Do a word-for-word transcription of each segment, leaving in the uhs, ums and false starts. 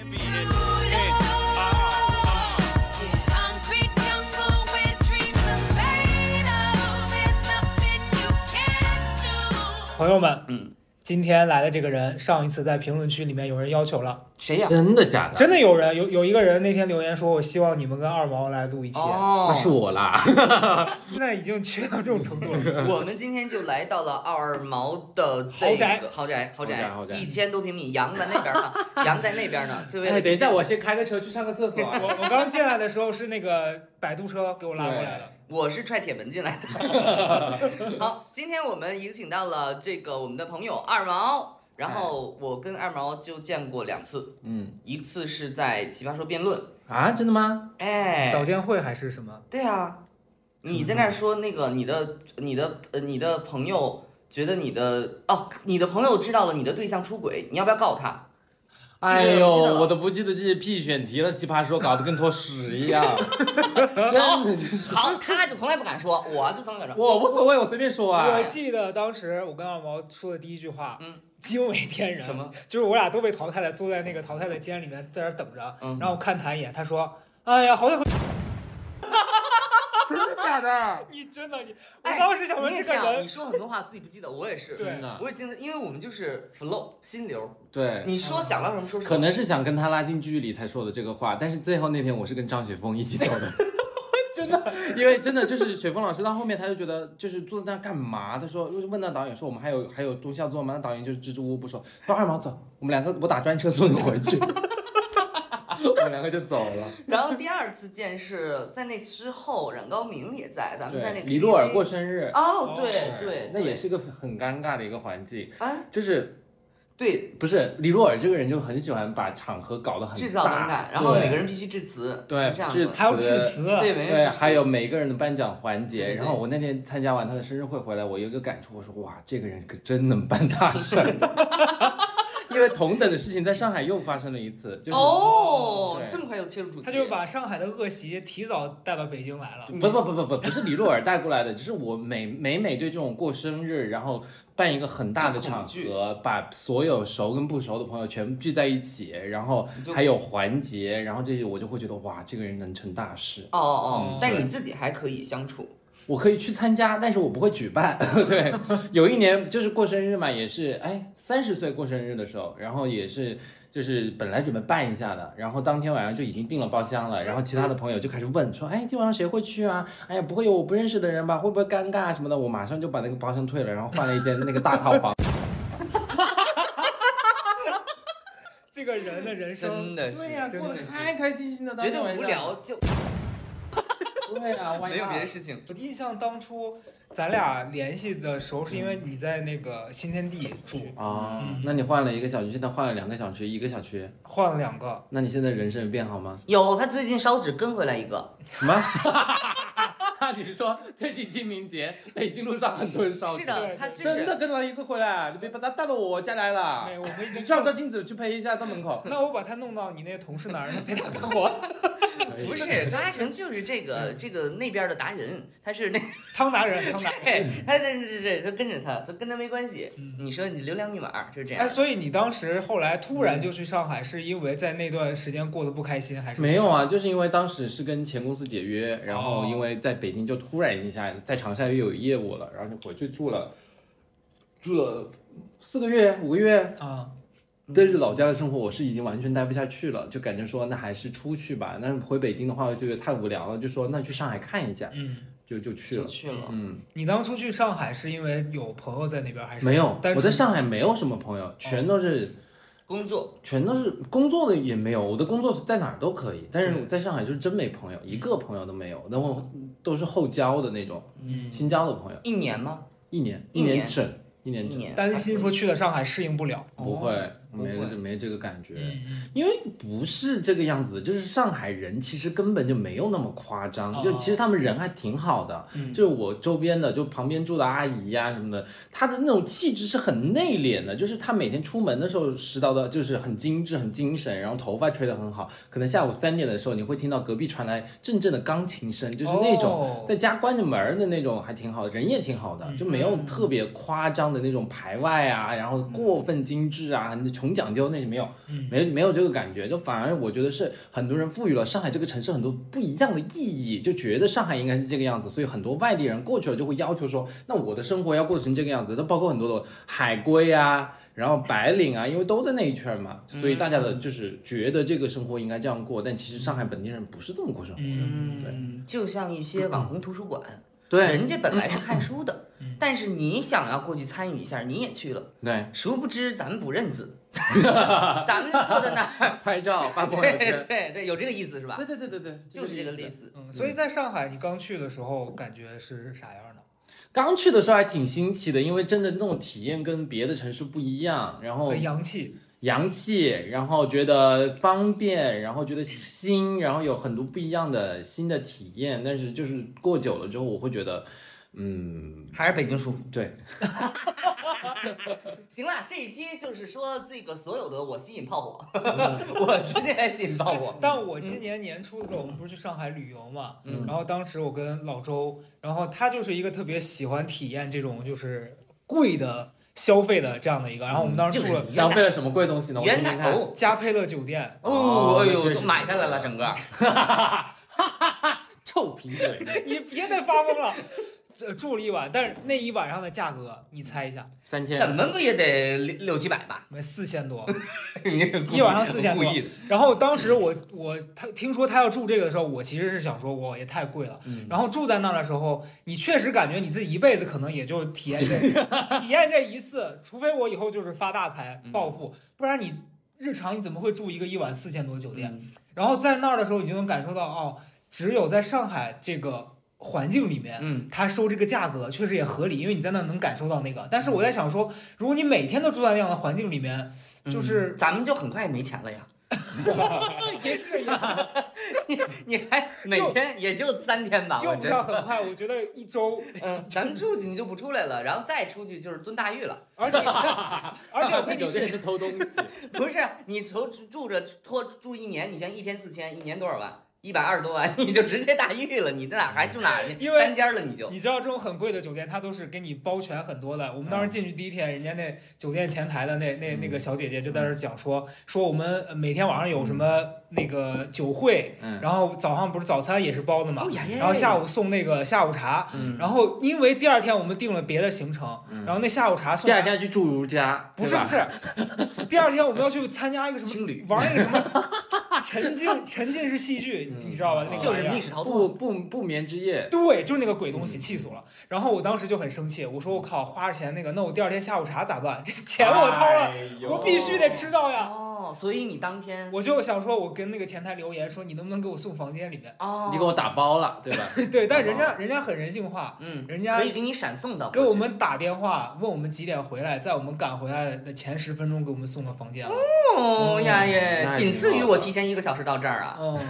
朋友们， 嗯， 今天来的这个人，上一次在评论区里面有人要求了， 谁呀？ 真的假的？ 真的有人有有一个人那天留言说，我希望你们跟二毛来录一期， 哦， 那是我啦。 现在已经缺到这种程度了。 我们今天就来到了二毛的这个豪宅，豪宅， 豪宅， 一千多平米，羊在那边呢，羊在那边呢。所以为了、 哎，等一下，我先开个车去上个厕所。 我我刚进来的时候是那个摆渡车给我拉过来的。 我是踹铁门进来的。好，今天我们迎请到了这个我们的朋友二毛，然后我跟二毛就见过两次， 嗯， 一次是在奇葩说辩论啊，真的吗？ 哎， 导监会还是什么？ 对啊，你在那儿说那个你的你的呃你的朋友觉得你的哦，你的朋友知道了你的对象出轨，你要不要告他？ 哎呦，我都不记得这些屁选题了，奇葩说搞得跟坨屎一样。真的就是好，他就从来不敢说，我就从来不敢说。 我无所谓，我随便说啊。 我记得当时我跟二毛说的第一句话， 嗯， 惊为天人。 什么？ 就是我俩都被淘汰了，坐在那个淘汰的间里面，在那等着。 嗯， 然后我看他一眼，他说：“哎呀，好想。” 真的假的？ 你真的你，我当时想说这个人， 你说很多话自己不记得，我也是， 对， 我也记得，因为我们就是 flow 心流， 对， 你说想到什么说什么， 可能是想跟他拉近距离才说的这个话，但是最后那天我是跟张雪峰一起走的， 真的， 因为真的就是雪峰老师到后面他就觉得就是坐在那干嘛？他说问到导演说我们还有还有东西要做吗？那导演就支支吾吾不说，说二毛走，我们两个我打专车送你回去。我们两个就走了。 然后第二次见是在那之后，冉高明也在，咱们在那个李洛尔过生日。 哦，对对， 那也是个很尴尬的一个环境啊， 就是， 对， 不是李洛尔这个人就很喜欢把场合搞得很大， 制造尴尬，然后每个人必须致辞， 对， 这样子， 还有致辞， 对， 对，还有每个人的颁奖环节。 对对然后我那天参加完他的生日会回来，我有一个感触，我说哇，这个人可真能办大事。因为同等的事情在上海又发生了一次，就是哦，这么快就切入主题， 他就把上海的恶习提早带到北京来了。 不不不不不，不是李洛尔带过来的，只是我每每每对这种过生日，然后办一个很大的场合，把所有熟跟不熟的朋友全部聚在一起，然后还有环节，然后这些我就会觉得哇，这个人能成大事。 哦哦，嗯、但你自己还可以相处。 我可以去参加，但是我不会举办。对，有一年就是过生日嘛，也是哎三十岁过生日的时候，然后也是就是本来准备办一下的，然后当天晚上就已经订了包厢了，然后其他的朋友就开始问说，哎，今晚上谁会去啊？哎呀，不会有我不认识的人吧？会不会尴尬什么的？我马上就把那个包厢退了，然后换了一间那个大套房。 这个人的人生真的是， 对呀、啊，过得开开心心的， 觉得无聊就。 对啊， 没有别的事情。 我印象当初咱俩联系的时候，是因为你在那个新天地住啊、嗯，那你换了一个小区，现在换了两个小区，一个小区换了两个。 那你现在人生变好吗？ 有，他最近烧纸跟回来一个。 什么？你是说最近清明节北京路上很多人烧纸？ 是的，他真的跟了一个回来，你别把他带到我家来了。 没有，我们已经照照镜子去陪一下到门口。 那我把他弄到你那个同事那儿，让他陪他干活。 不是，高嘉诚就是这个这个那边的达人，他是那汤达人，汤达人， 对，他对对对，他跟着他，他跟他没关系。嗯、你说你流量密码就是这样。 哎，所以你当时后来突然就去上海，是因为在那段时间过得不开心，还是没有啊？就是因为当时是跟前公司解约，然后因为在北京就突然一下在长沙又有业务了，然后就回去住了，住了四个月五个月啊。 但是老家的生活我是已经完全待不下去了，就感觉说那还是出去吧。那回北京的话，我觉得太无聊了，就说那去上海看一下， 嗯， 就就去了， 去了。 嗯， 你当初去上海是因为有朋友在那边，还是没有？我在上海没有什么朋友，全都是工作， 全都是工作的也没有。我的工作在哪儿都可以，但是我在上海就是真没朋友，一个朋友都没有。然后都是后交的那种，嗯，新交的朋友。 一年吗？ 一年， 一年整，一年整。 担心说去了上海适应不了， 不会。没没这个感觉， 嗯、 因为不是这个样子的，就是上海人其实根本就没有那么夸张，哦、就其实他们人还挺好的， 嗯、 就是我周边的，就旁边住的阿姨呀、啊、什么的，她的那种气质是很内敛的，就是她每天出门的时候拾到的就是很精致、很精神，然后头发吹得很好，可能下午三点的时候你会听到隔壁传来阵阵的钢琴声，就是那种在家关着门的那种，还挺好，人也挺好的，就没有特别夸张的那种排外啊，然后过分精致啊。 穷讲究，那没有， 嗯没没有这个感觉，就反而我觉得是很多人赋予了上海这个城市很多不一样的意义，就觉得上海应该是这个样子，所以很多外地人过去了就会要求说，那我的生活要过成这个样子，这包括很多的海归啊。然后白领啊，因为都在那一圈嘛，所以大家的就是觉得这个生活应该这样过，但其实上海本地人不是这么过生活的。 嗯， 对， 就像一些网红图书馆， 对， 人家本来是看书的， 嗯但是你想要过去参与一下，你也去了， 对， 殊不知咱们不认字，咱们坐在那儿拍照发朋友对圈。 对对，有这个意思是吧？ 对对对对对， 就是这个意意思。 嗯，所以在上海你刚去的时候感觉是啥样的？ 刚去的时候还挺新奇的，因为真的那种体验跟别的城市不一样，然后很洋气， 洋气，然后觉得方便，然后觉得新，然后有很多不一样的新的体验。但是就是过久了之后，我会觉得，嗯， 还是北京舒服。 对， 行了，这一期就是说这个所有的我吸引炮火，我直接来吸引炮火。 但我今年年初的时候，我们不是去上海旅游嘛， 嗯然后当时我跟老周，然后他就是一个特别喜欢体验这种就是贵的消费的这样的一个，然后我们当时住了就是消费了什么贵东西呢？我冤听听看。 大头， 嘉佩乐酒店， 哦，哎呦， 那确实都买下来了整个。 臭贫嘴， 你别再发疯了。呃住了一晚，但是那一晚上的价格，你猜一下？ 三千， 怎么个也得六六七百吧？ 没四千多， 一一晚上四千多故意的。 然后当时我我他听说他要住这个的时候，我其实是想说，哇，也太贵了。 嗯然后住在那儿的时候，你确实感觉你自己一辈子可能也就体验这体验这一次，除非我以后就是发大财嗯暴富，不然你日常你怎么会住一个一晚四千多的酒店？ 嗯然后在那儿的时候，你就能感受到哦，只有在上海这个环境里面， 嗯， 他收这个价格确实也合理，因为你在那儿能感受到那个。但是我在想说，如果你每天都住在那样的环境里面，就是嗯咱们就很快没钱了呀。 也是也是， 你你还每天也就三天吧， 用不我觉得。 上很快，我觉得一周， 嗯，咱们住进去就不出来了，然后再出去就是蹲大狱了。 而且而且我跟你说酒店，是偷东西， 不是，你住住着拖住一年，你像一天四千，一年多少万？一百二十多万，你就直接大狱了，你在哪还住哪去？ 因为单间了你就。 你知道这种很贵的酒店，它都是给你包全很多的。我们当时进去第一天，人家那酒店前台的那那那个小姐姐就在那儿讲说，说我们每天晚上有什么那个酒会， 嗯， 然后早上不是早餐也是包的嘛哦，呀耶然后下午送那个下午茶， 嗯， 然后因为第二天我们定了别的行程， 嗯然后那下午茶送第来二天去住如家， 不是对吧不是，第二天我们要去参加一个什么青旅玩那个什么沉浸沉浸式戏剧， 嗯你知道吧？那个就是玩意儿密室逃脱。 不不不眠之夜， 对，就是那个鬼东西，气死我了。然后我当时就很生气，我说我靠，花着钱那个，那我第二天下午茶咋办？这钱我掏了， 哎呦我必须得吃到呀。 哦，所以你当天我就想说，我跟那个前台留言说，你能不能给我送房间里面？ 哦， 你给我打包了，对吧？ 对，但人家人家很人性化， 嗯， 人家可以给你闪送到给我们打电话问我们几点回来，在我们赶回来的前十分钟给我们送到房间了。 哦呀耶那， 仅次于挺好的我提前一个小时到这儿啊， 哦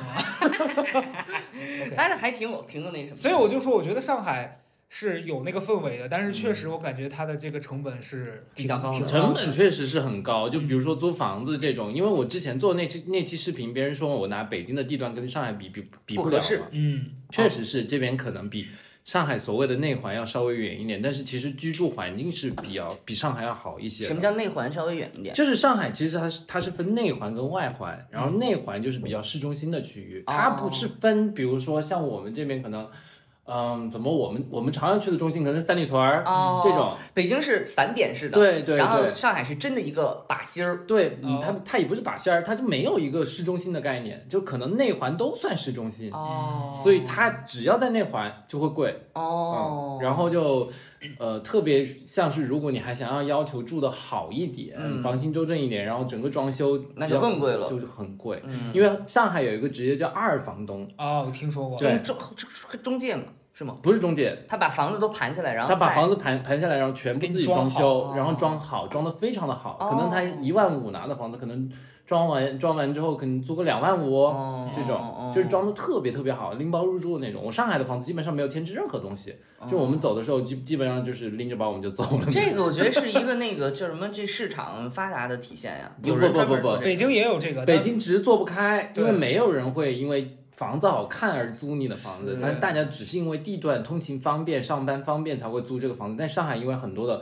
，OK， 但是还挺有挺有那什么。 所以我就说，我觉得上海是有那个氛围的，但是确实我感觉它的这个成本是挺比较高的挺成本确实是很高，就比如说租房子这种，因为我之前做那期那期视频，别人说我拿北京的地段跟上海比比比不了不合适嘛， 嗯， 确实是这边可能比上海所谓的内环要稍微远一点，但是其实居住环境是比较比上海要好一些的。 什么叫内环稍微远一点？ 就是上海，其实它是它是分内环跟外环，然后内环就是比较市中心的区域，它不是分，比如说像我们这边可能，嗯，怎么我们我们常常去的中心可能是三里屯儿、 哦这种， 北京是散点式的， 对对然后对上海是真的一个靶心儿。 对，嗯哦它它也不是把线儿，它就没有一个市中心的概念，就可能内环都算市中心， 哦， 所以它只要在内环就会贵。 哦， 嗯，然后就，呃，特别像是如果你还想要要求住的好一点， 嗯房型周正一点，然后整个装修那就更贵了就是很贵。 嗯， 因为上海有一个职业叫二房东， 哦，我听说过。 对中中中中介嘛，是吗？ 不是中介， 他把房子都盘下来，然后他把再房子盘盘下来，然后全部自己装修， 好然后装好，装的非常的好。 哦可能他一万五拿的房子，可能装完装完之后，可能租个两万五， 哦这种、 哦就是装的特别特别好，拎包入住的那种。我上海的房子基本上没有添置任何东西，就我们走的时候基基本上就是拎着包我们就走了。 这个我觉得是一个那个叫什么，这市场发达的体现呀。 不有人不不不不专门做这个北京也有这个， 北但京只是做不开，因为对没有人会因为房子好看而租你的房子， 是但大家只是因为地段通勤方便、上班方便才会租这个房子。但上海因为很多的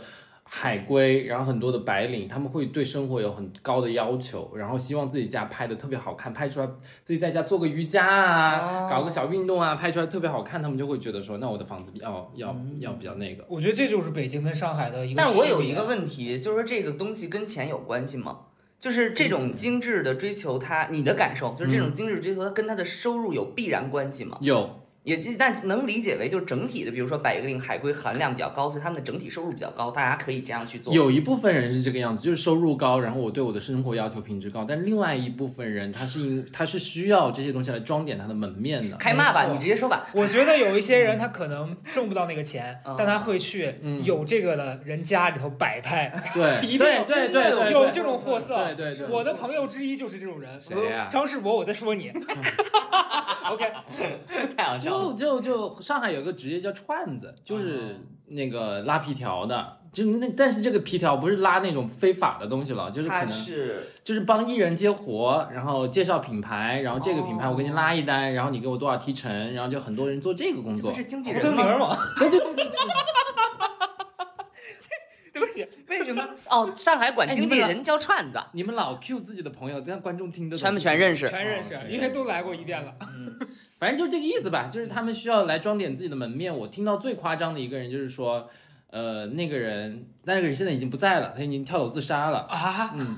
海归，然后很多的白领，他们会对生活有很高的要求，然后希望自己家拍的特别好看，拍出来自己在家做个瑜伽啊， 哦、 搞个小运动啊，拍出来特别好看，他们就会觉得说，那我的房子要要、嗯、要比较那个。 我觉得这就是北京跟上海的一个。 但是我有一个问题，就是说这个东西跟钱有关系吗？就是这种精致的追求它，它你的感受就是这种精致追求，它跟它的收入有必然关系吗？ 有。 也但能理解为就是整体的，比如说白领海归含量比较高，所以他们的整体收入比较高，大家可以这样去做。 有一部分人是这个样子，就是收入高，然后我对我的生活要求品质高，但另外一部分人他是因他是需要这些东西来装点他的门面的。 开骂吧，你直接说吧。 我觉得有一些人他可能挣不到那个钱，嗯、但他会去有这个的人家里头摆拍， 对， 一定要对对对有这种货色。 对对对， 我的朋友之一就是这种人。 谁呀、啊？ 张世博，我在说你。OK， 太好笑了。 就就就上海有个职业叫串子，就是那个拉皮条的，就那但是这个皮条不是拉那种非法的东西了，就是可能是就是帮艺人接活，然后介绍品牌，然后这个品牌我给你拉一单，然后你给我多少提成，然后就很多人做这个工作。 这不是经纪人吗？ 对对对对对。 对不起， 为什么？哦，上海管经纪人叫串子。 你们老 Q 自己的朋友，这样观众听得全不全认识？ 全认识，因为都来过一遍了。 嗯，反正就这个意思吧，就是他们需要来装点自己的门面。我听到最夸张的一个人就是说，呃，那个人，那个人现在已经不在了，他已经跳楼自杀了啊。 嗯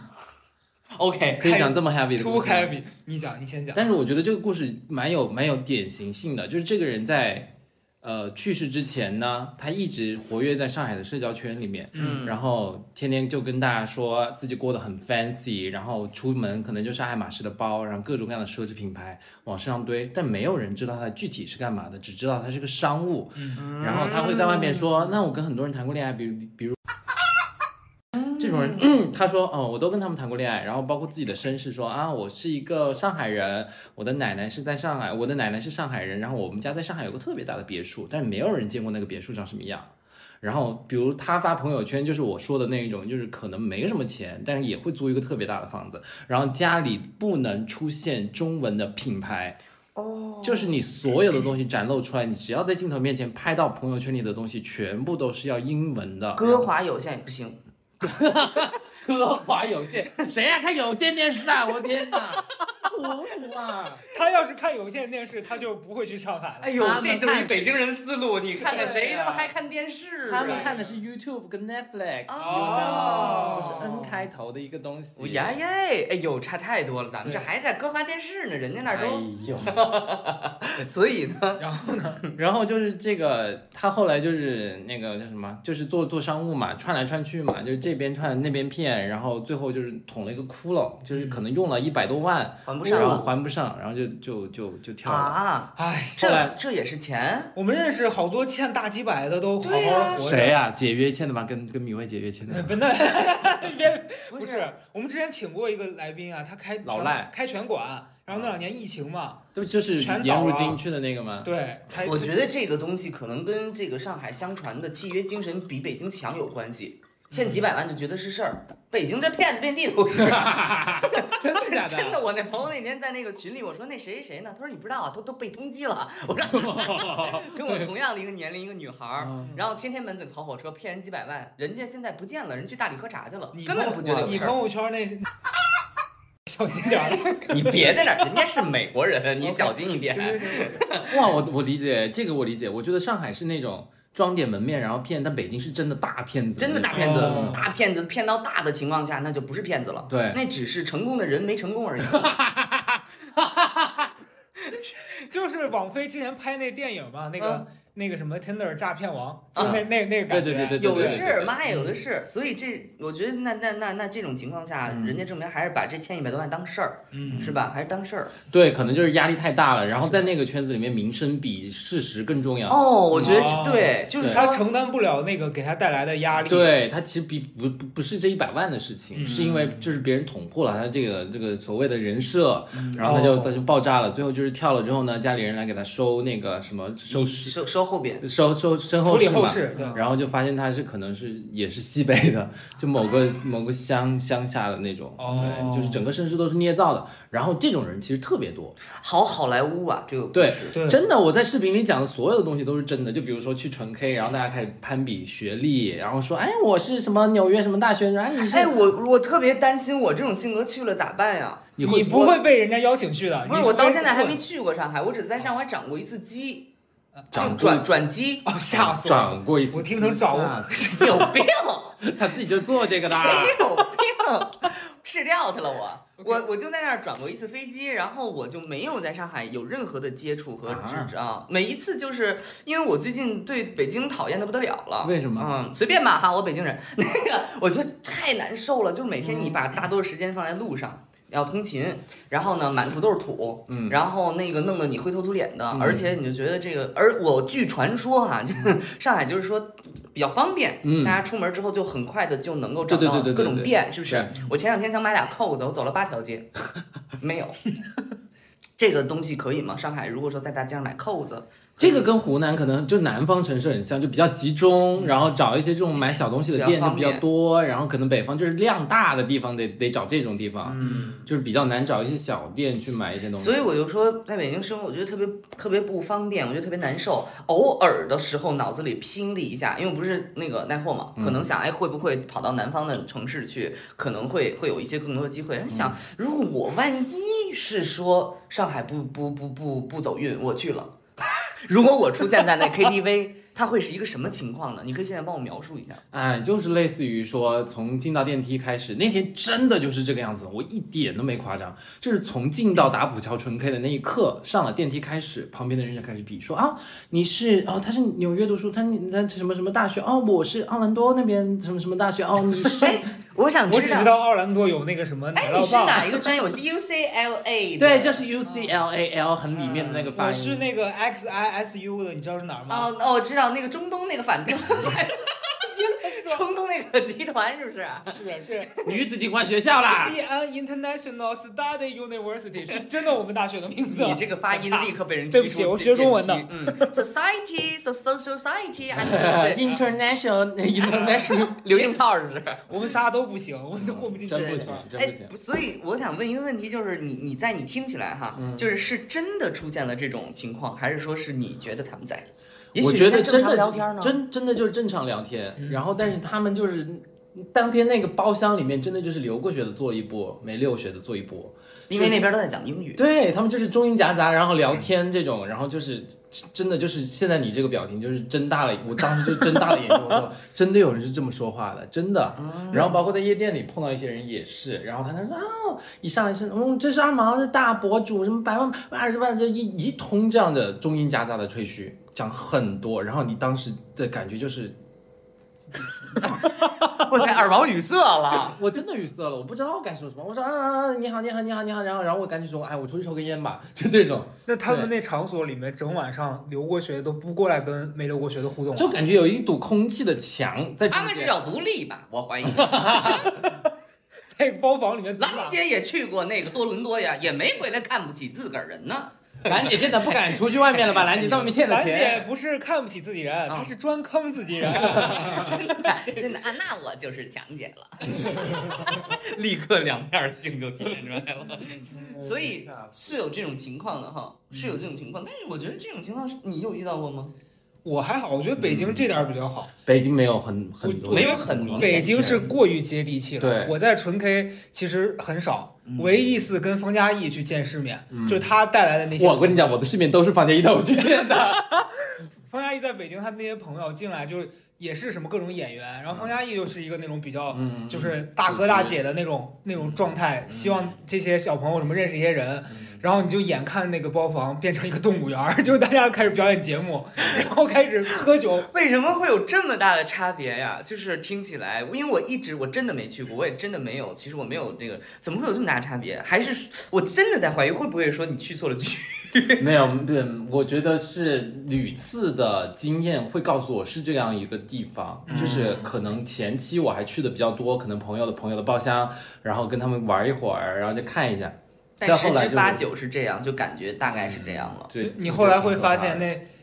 ，OK， 可以讲这么 heavy 的 ，too heavy， 你讲，你先讲。 但是我觉得这个故事蛮有蛮有典型性的，就是这个人在。呃，去世之前呢，他一直活跃在上海的社交圈里面， 嗯， 然后天天就跟大家说自己过得很 fancy， 然后出门可能就是爱马仕的包，然后各种各样的奢侈品牌往身上堆，但没有人知道他具体是干嘛的，只知道他是个商务，嗯，然后他会在外面说，那我跟很多人谈过恋爱，比如比如。这种人、嗯，他说，哦，我都跟他们谈过恋爱，然后包括自己的身世说啊，我是一个上海人，我的奶奶是在上海，我的奶奶是上海人，然后我们家在上海有个特别大的别墅，但是没有人见过那个别墅长什么样。然后比如他发朋友圈，就是我说的那一种，就是可能没什么钱，但是也会租一个特别大的房子，然后家里不能出现中文的品牌。 哦， 就是你所有的东西展露出来，你只要在镜头面前拍到朋友圈里的东西，全部都是要英文的。 歌华有线也不行。 歌华有线，谁呀、啊、看有线电视啊？我天哪，糊涂啊！ 他要是看有线电视，他就不会去上海了。 哎呦，这就是北京人思路。你看看谁他妈还看电视？ 他们看的是 YouTube 跟 Netflix， 哦， 不是 N 开头的一个东西。 呀呀，哎呦，差太多了，咱们这还在歌华电视呢，人家那儿都。 哎呦， 所以呢， 然后呢， 然后就是这个，他后来就是那个叫什么，就是做做商务嘛，串来串去嘛，就是这边串那边骗，然后最后就是捅了一个窟窿，就是可能用了一百多万， 还不上， 然后还不上，然后就就就就跳了。 啊， 哎， 这这也是钱。 我们认识好多欠大几百的都好好的活着。 谁呀、啊？解约欠的吧？跟跟米未解约欠的。 不那别不是，我们之前请过一个来宾啊，他开老赖开拳馆，然后那两年疫情嘛， 对，就是颜如晶去的那个吗？ 对， 我觉得这个东西可能跟这个上海相传的契约精神比北京强有关系。欠几百万就觉得是事儿，北京这骗子遍地都是， 真是假的？ 真的，我那朋友那天在那个群里，我说那谁谁谁呢？他说你不知道啊，都都被通缉了。我说跟我同样的一个年龄一个女孩，然后天天满嘴跑火车骗人几百万，人家现在不见了，人去大理喝茶去了，根本不觉得有事儿。 你朋友圈那小心点儿， 你别在那儿，人家是美国人，你小心一点。 行行行。 哇，我我理解这个，我理解。我觉得上海是那种。装点门面然后骗，但北京是真的大骗子， 真的大骗子，哦、大骗子骗到大的情况下，那就不是骗子了， 对， 那只是成功的人没成功而已。 就是网飞之前拍那电影嘛，那个、嗯、那个什么 Tinder 诈骗王，就那、嗯、那那个感觉， 对对对对， 有的是，妈呀，有的是。所以这，我觉得那那那那这种情况下，嗯、人家证明还是把这欠一百多万当事儿，嗯，是吧？还是当事儿。 对，可能就是压力太大了，然后在那个圈子里面，名声比事实更重要。 哦，我觉得、 哦、 对，就是他承担不了那个给他带来的压力。 对他其实比不不不是这一百万的事情， 嗯、 是因为就是别人捅破了他这个这个所谓的人设，嗯、然后他就、哦、他就爆炸了，最后就是跳了之后呢，家里人来给他收那个什么收收收后边， 收收身处后事嘛， 理后事，对。 然后就发现他是可能是也是西北的，就某个某个乡乡下的那种， 哦对，就是整个身世都是捏造的。然后这种人其实特别多， 好好莱坞啊，这个故对事对真的，我在视频里讲的所有的东西都是真的。就比如说去纯 K，然后大家开始攀比学历，然后说，哎，我是什么纽约什么大学，然后你是， 哎，我我特别担心，我这种性格去了咋办呀？ 你会你不会被人家邀请去的。 不是， 你我到现在还没混去过上海，我只在上海转过一次机， 转就转转机。 哦，吓死我了！ 转过一次， 我听成找我， 你有病， 他自己就做这个的， 你有病，试掉去了我。我我就在那儿转过一次飞机，然后我就没有在上海有任何的接触和指啊。每一次就是因为我最近对北京讨厌的不得了了。 为什么？ 嗯，随便吧哈，我北京人，那个我觉得太难受了，就是每天你把大多数时间放在路上。要通勤，然后呢，满处都是土，嗯，然后那个弄得你灰头土脸的，嗯、而且你就觉得这个，而我据传说哈、啊，就上海就是说比较方便，嗯，大家出门之后就很快的就能够找到各种店，是不是？我前两天想买俩扣子，我走了八条街，没有。这个东西可以吗？上海如果说在大街上买扣子。 这个跟湖南可能就南方城市很像，就比较集中，然后找一些这种买小东西的店就比较多，然后可能北方就是量大的地方得得找这种地方，嗯，就是比较难找一些小店去买一些东西。 所以我就说在北京生活，我觉得特别特别不方便，我觉得特别难受。偶尔的时候脑子里拼了一下，因为不是那个带货嘛，可能想哎会不会跑到南方的城市去，可能会会有一些更多的机会。想如果我万一是说上海不不不不不走运，我去了。如果我出现在那 K T V， 它会是一个什么情况呢？你可以现在帮我描述一下。 哎，就是类似于说，从进到电梯开始，那天真的就是这个样子，我一点都没夸张。就是从进到打浦桥纯 K 的那一刻，上了电梯开始，旁边的人就开始比说啊，你是哦，他是纽约读书，他他什么什么大学哦，我是奥兰多那边什么什么大学哦，你是？ 我想知道， 我只知道奥兰多有那个什么奶酪棒。 哎，你是哪一个专业？我是 U C L A 的。 对，就是 U C L A L 很里面的那个发音。 我是那个 X I S U 的，你知道是哪儿吗？ 哦哦，我知道那个中东那个反调。中东那个集团是不是？ 是是女子警官学校啦。 西安 International Study University 是真的我们大学的名字。 你这个发音立刻被人对不起，我学中文的。 嗯 ，Society, Social Society, International, International， 流硬炮是不是？ 我们仨都不行，我们都过不进去。 真不行，真不行。 哎，所以我想问一个问题，就是你你在你听起来哈，就是是真的出现了这种情况，还是说是你觉得他们在？ 我觉得真的聊天呢， 真真的就是正常聊天，嗯、然后但是他们就是当天那个包厢里面真的就是留过学的做一波，没留学的做一波， 因为那边都在讲英语， 对他们就是中英夹杂，然后聊天这种，然后就是真的就是现在你这个表情就是睁大了，我当时就睁大了眼睛，我说真的有人是这么说话的，真的。然后包括在夜店里碰到一些人也是，然后他他说啊，一上来是嗯，这是二毛的大博主，什么百万二十万，这一一通这样的中英夹杂的吹嘘。讲很多，然后你当时的感觉就是， 我才耳毛语塞了， 我真的语塞了，我不知道我该说什么。我说啊，你好，你好，你好，你好，然后然后我赶紧说，哎，我出去抽根烟吧，就这种。 那他们那场所里面，整晚上留过学都不过来跟没留过学的互动， 就感觉有一堵空气的墙在。 他们是要独立吧？我怀疑。 在包房里面， 兰姐也去过那个多伦多呀，也没回来看不起自个儿人呢。 兰姐现在不敢出去外面了吧？兰姐那么欠了钱。 兰姐不是看不起自己人，她、哦、是专坑自己人。 真的真的啊，那我就是强姐了，立刻两面性就体现出来了。所以是有这种情况的哈，是有这种情况，但是我觉得这种情况你有遇到过吗？ 我还好，我觉得北京这点比较好。 嗯、北京没有很很多， 没有很明显。 北京是过于接地气了。 对， 我在纯 K 其实很少， 嗯、 唯一一次跟方嘉译去见世面，嗯、就是他带来的那些。 我跟你讲，我的世面都是方嘉译带我去见的。 方嘉译在北京，他那些朋友进来就也是什么各种演员，然后方嘉译就是一个那种比较， 嗯、 就是大哥大姐的那种、嗯、那种状态， 嗯、 希望这些小朋友什么认识一些人。嗯然后你就眼看那个包房变成一个动物园，就是大家开始表演节目，然后开始喝酒。 为什么会有这么大的差别呀？就是听起来，因为我一直我真的没去过，我也真的没有，其实我没有这个，怎么会有这么大的差别？还是我真的在怀疑，会不会说你去错了剧？ 没有，对，我觉得是屡次的经验会告诉我是这样一个地方，嗯、就是可能前期我还去的比较多，可能朋友的朋友的包厢，然后跟他们玩一会儿，然后就看一下。 但十之八九是这样，就感觉大概是这样了。 对， 你后来会发现那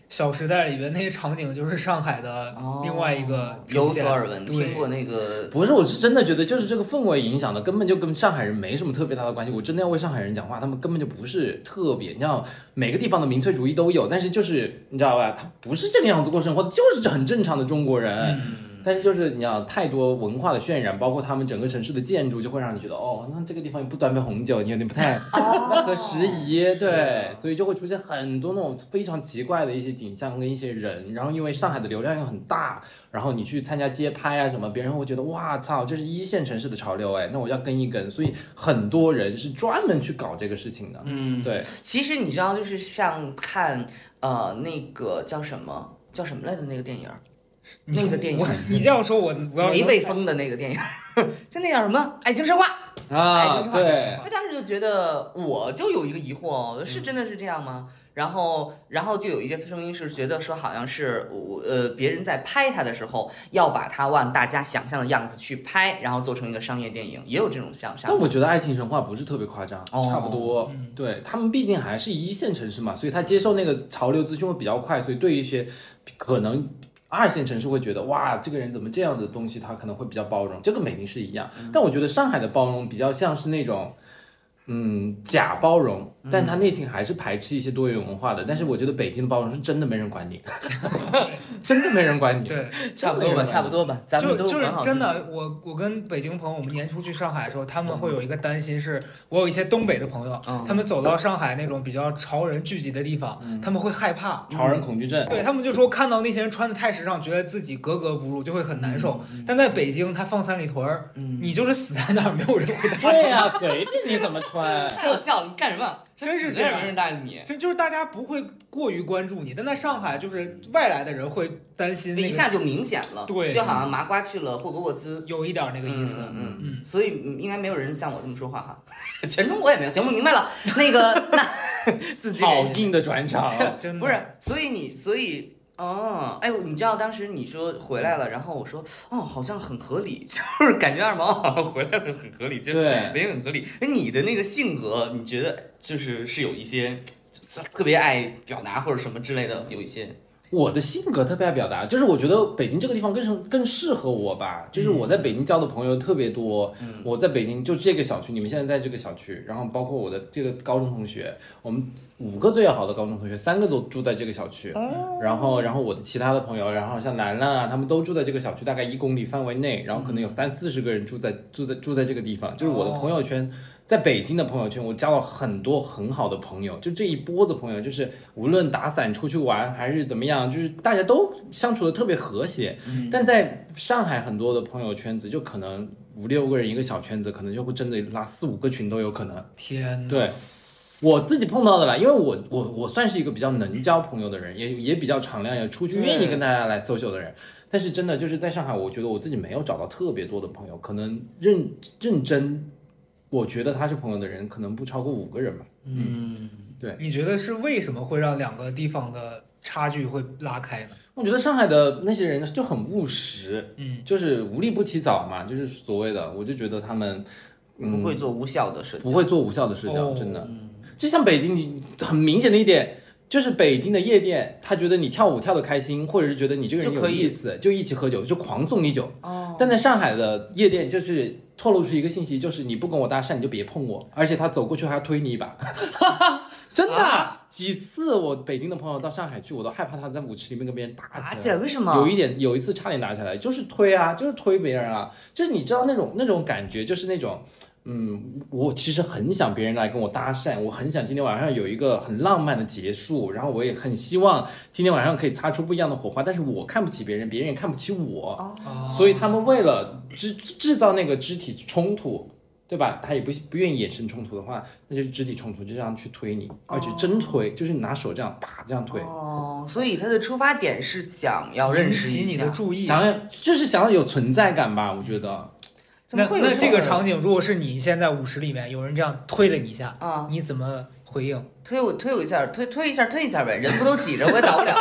小时代》里边那些场景就是上海的另外一个、 哦、有所耳闻，听过那个。 不是，我是真的觉得就是这个氛围影响的，根本就跟上海人没什么特别大的关系。我真的要为上海人讲话，他们根本就不是特别，你知道，每个地方的民粹主义都有，但是就是你知道吧，他不是这个样子过生活，就是很正常的中国人。嗯，但是就是你知道，太多文化的渲染，包括他们整个城市的建筑，就会让你觉得哦，那这个地方不端杯红酒，你有点不太不合时宜，对，所以就会出现很多那种非常奇怪的一些景象跟一些人。然后因为上海的流量又很大，然后你去参加街拍啊什么，别人会觉得哇操，这是一线城市的潮流哎，那我要跟一跟。所以很多人是专门去搞这个事情的。嗯，对。 其实你知道，就是像看呃那个叫什么叫什么来着那个电影。那个电影， 你这样说我我要没被封的那个电影，就那叫什么《爱情神话》 啊？ 爱情神话， 对。 我当时就觉得，我就有一个疑惑，是真的是这样吗？嗯、然后，然后就有一些声音是觉得说，好像是我呃别人在拍它的时候，要把它按大家想象的样子去拍，然后做成一个商业电影，也有这种想象。 但我觉得《爱情神话》不是特别夸张，哦、差不多。嗯、对他们毕竟还是一线城市嘛，所以他接受那个潮流资讯会比较快，所以对于一些可能。二线城市会觉得哇，这个人怎么这样的东西，他可能会比较包容，这跟北京是一样。但我觉得上海的包容比较像是那种，嗯，假包容，但他内心还是排斥一些多元文化的。但是我觉得北京的包容是真的没人管你，真的没人管你。 对， 差不多吧，差不多吧。咱们都就就是真的，我我跟北京朋友，我们年初去上海的时候，他们会有一个担心是，我有一些东北的朋友，嗯、他们走到上海那种比较潮人聚集的地方，嗯、他们会害怕潮人恐惧症。 对他们就说看到那些人穿的太时尚，觉得自己格格不入，就会很难受。嗯、但在北京，他放三里屯儿，嗯、你就是死在那儿，没有人会搭理你。 对呀、啊，随便你怎么穿。 太好笑了，你干什么？ 真是这样， 没人搭理你。 就就是大家不会过于关注你，但在上海，就是外来的人会担心、那个， 一下就明显了。 对， 就好像麻瓜去了霍格沃兹， 有一点那个意思。 嗯嗯嗯。所以应该没有人像我这么说话哈。全中国也没有。行，我明白了。那个，那自己好硬的转场， 真的不是。所以你，所以。哦，哎，你知道当时你说回来了，然后我说，哦，好像很合理，就是感觉二毛好像回来了很合理，就是没很合理。哎，你的那个性格，你觉得就是是有一些特别爱表达或者什么之类的，有一些。 我的性格特别爱表达，就是我觉得北京这个地方更更适合我吧。就是我在北京交的朋友特别多，嗯、我在北京就这个小区，你们现在在这个小区，然后包括我的这个高中同学，我们五个最要好的高中同学，三个都住在这个小区。嗯、然后，然后我的其他的朋友，然后像兰兰啊，他们都住在这个小区，大概一公里范围内，然后可能有三四十个人住在住在住在这个地方，就是我的朋友圈。在北京的朋友圈，我交了很多很好的朋友，就这一波子朋友，就是无论打伞出去玩还是怎么样，就是大家都相处的特别和谐。嗯、但在上海很多的朋友圈子，就可能五六个人一个小圈子，可能就会真的拉四五个群都有可能。 天哪！ 对，我自己碰到的啦，因为我我我算是一个比较能交朋友的人，也也比较敞亮，也出去愿意跟大家来 social 的人。但是真的就是在上海，我觉得我自己没有找到特别多的朋友，可能认认真。我觉得他是朋友的人可能不超过五个人吧。嗯，对。 你觉得是为什么会让两个地方的差距会拉开呢？ 我觉得上海的那些人就很务实，嗯，就是无利不起早嘛，就是所谓的，我就觉得他们、 嗯、不会做无效的社交， 不会做无效的社交，哦、真的。就像北京很明显的一点。就是北京的夜店，他觉得你跳舞跳得开心，或者是觉得你这个人有意思，就, 就一起喝酒，就狂送你酒。哦。但在上海的夜店，就是透露出一个信息，就是你不跟我搭讪，你就别碰我，而且他走过去还要推你一把。真的、啊，几次我北京的朋友到上海去，我都害怕他在舞池里面跟别人打起来。 打起来？为什么？ 有一点，有一次差点打起来，就是推啊，就是推别人啊，就是你知道那种那种感觉，就是那种。嗯，我其实很想别人来跟我搭讪，我很想今天晚上有一个很浪漫的结束，然后我也很希望今天晚上可以擦出不一样的火花，但是我看不起别人，别人也看不起我，哦、所以他们为了制制造那个肢体冲突，对吧？他也不不愿意眼神冲突的话，那就是肢体冲突，就这样去推你，而且真推，就是拿手这样啪这样推。 哦，所以他的出发点是想要认识你的注意， 想要就是想要有存在感吧，我觉得。 那那这个场景，如果是你现在舞池里面有人这样推了你一下，啊，你怎么回应？ 推我推我一下，推推一下推一下呗，人不都挤着，我也倒不了。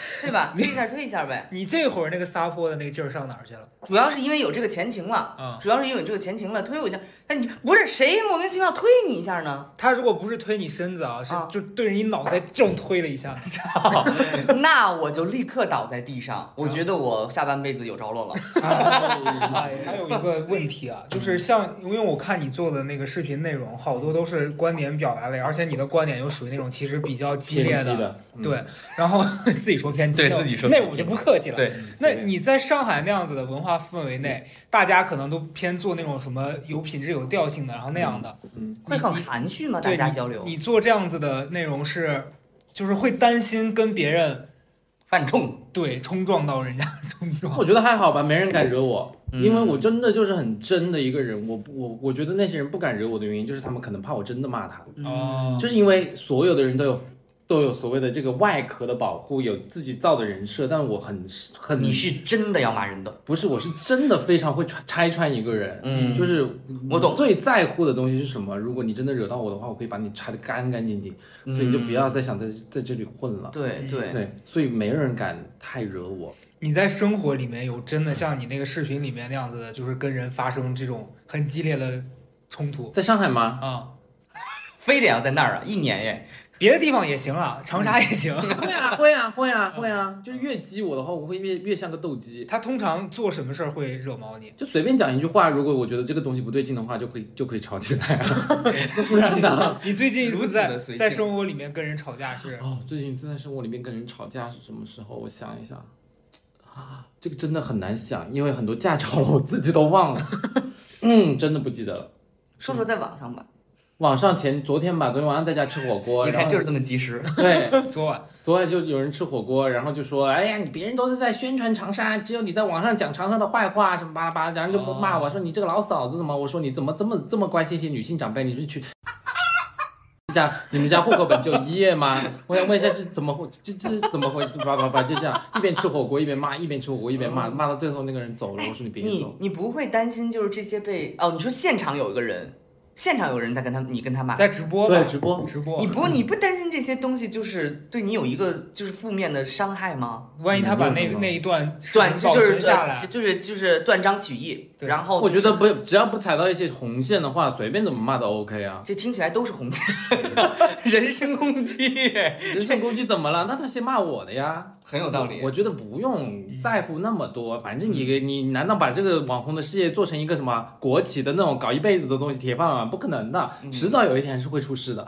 对吧？推一下推一下呗。 你这会儿那个撒泼的那个劲儿上哪儿去了？ 主要是因为有这个前情了， 嗯， 主要是因为有这个前情了，推我一下。但你不是谁莫名其妙推你一下呢？ 他如果不是推你身子啊，是啊就对着你脑袋正推了一下。 那我就立刻倒在地上，我觉得我下半辈子有着落了。 哎，还有一个问题啊，就是像因为我看你做的那个视频内容，好多都是观点表达类，而且你的观点又属于那种其实比较激烈的， 的嗯、 对。然后自己说偏激， 对自己说， 那我就不客气了。 对， 那你在上海那样子的文化氛围内，大家可能都偏做那种什么有品质、有调性的，然后那样的， 嗯， 会很含蓄吗？大家交流， 你做这样子的内容是，就是会担心跟别人犯冲， 对，冲撞到人家冲撞。 我觉得还好吧，没人敢惹我。 嗯、 因为我真的就是很真的一个人，我我我觉得那些人不敢惹我的原因，就是他们可能怕我真的骂他， 哦， 就是因为所有的人都有都有所谓的这个外壳的保护，有自己造的人设，但我很很你是真的要骂人的， 不是，我是真的非常会拆穿一个人， 嗯， 就是我懂， 最在乎的东西是什么？如果你真的惹到我的话，我可以把你拆得干干净净， 嗯、 所以你就不要再想在在这里混了。 对对对，所以没人敢太惹我。 你在生活里面有真的像你那个视频里面那样子的，就是跟人发生这种很激烈的冲突？ 在上海吗？ 啊， 非得要在那儿啊？一年耶？ 别的地方也行啊，长沙也行。 会啊，会啊，会啊，会啊！就是越激我的话，我会越越像个斗鸡。 他通常做什么事儿会惹毛你？ 就随便讲一句话，如果我觉得这个东西不对劲的话，就可以就可以吵起来了。不然呢？ 你最近一次在在在生活里面跟人吵架是？ 哦，最近一次在生活里面跟人吵架是什么时候？我想一想。啊，这个真的很难想，因为很多架吵了，我自己都忘了。嗯，真的不记得了。 说说在网上吧。 网上前昨天吧，昨天晚上在家吃火锅， 你看就是这么及时。 对， 昨晚昨晚就有人吃火锅，然后就说，哎呀，你别人都是在宣传长沙，只有你在网上讲长沙的坏话，什么巴拉巴拉，然后就骂我说你这个老嫂子怎么？我说你怎么这么这么关心一些女性长辈？你是去。这样，你们家户口本就一页吗？我想问一下是怎么回，这这怎么回事？叭叭叭，就这样，一边吃火锅一边骂，一边吃火锅一边骂，骂到最后那个人走了。我说你别走。 你你不会担心就是这些被哦？你说现场有一个人，现场有人在跟他，你跟他骂， 在直播对直播直播， 你不你不担心这些东西就是对你有一个就是负面的伤害吗？ 万一他把那个那一段断就是下来， 就是就是断章取义，然后、 就是、我觉得不只要不踩到一些红线的话，随便怎么骂都 OK 啊。 这听起来都是红线，人身攻击， 人身攻击怎么了？那他先骂我的呀， 很有道理。 我觉得不用在乎那么多，反正你你难道把这个网红的事业做成一个什么国企的那种搞一辈子的东西铁饭碗？不可能的，迟早有一天是会出事的。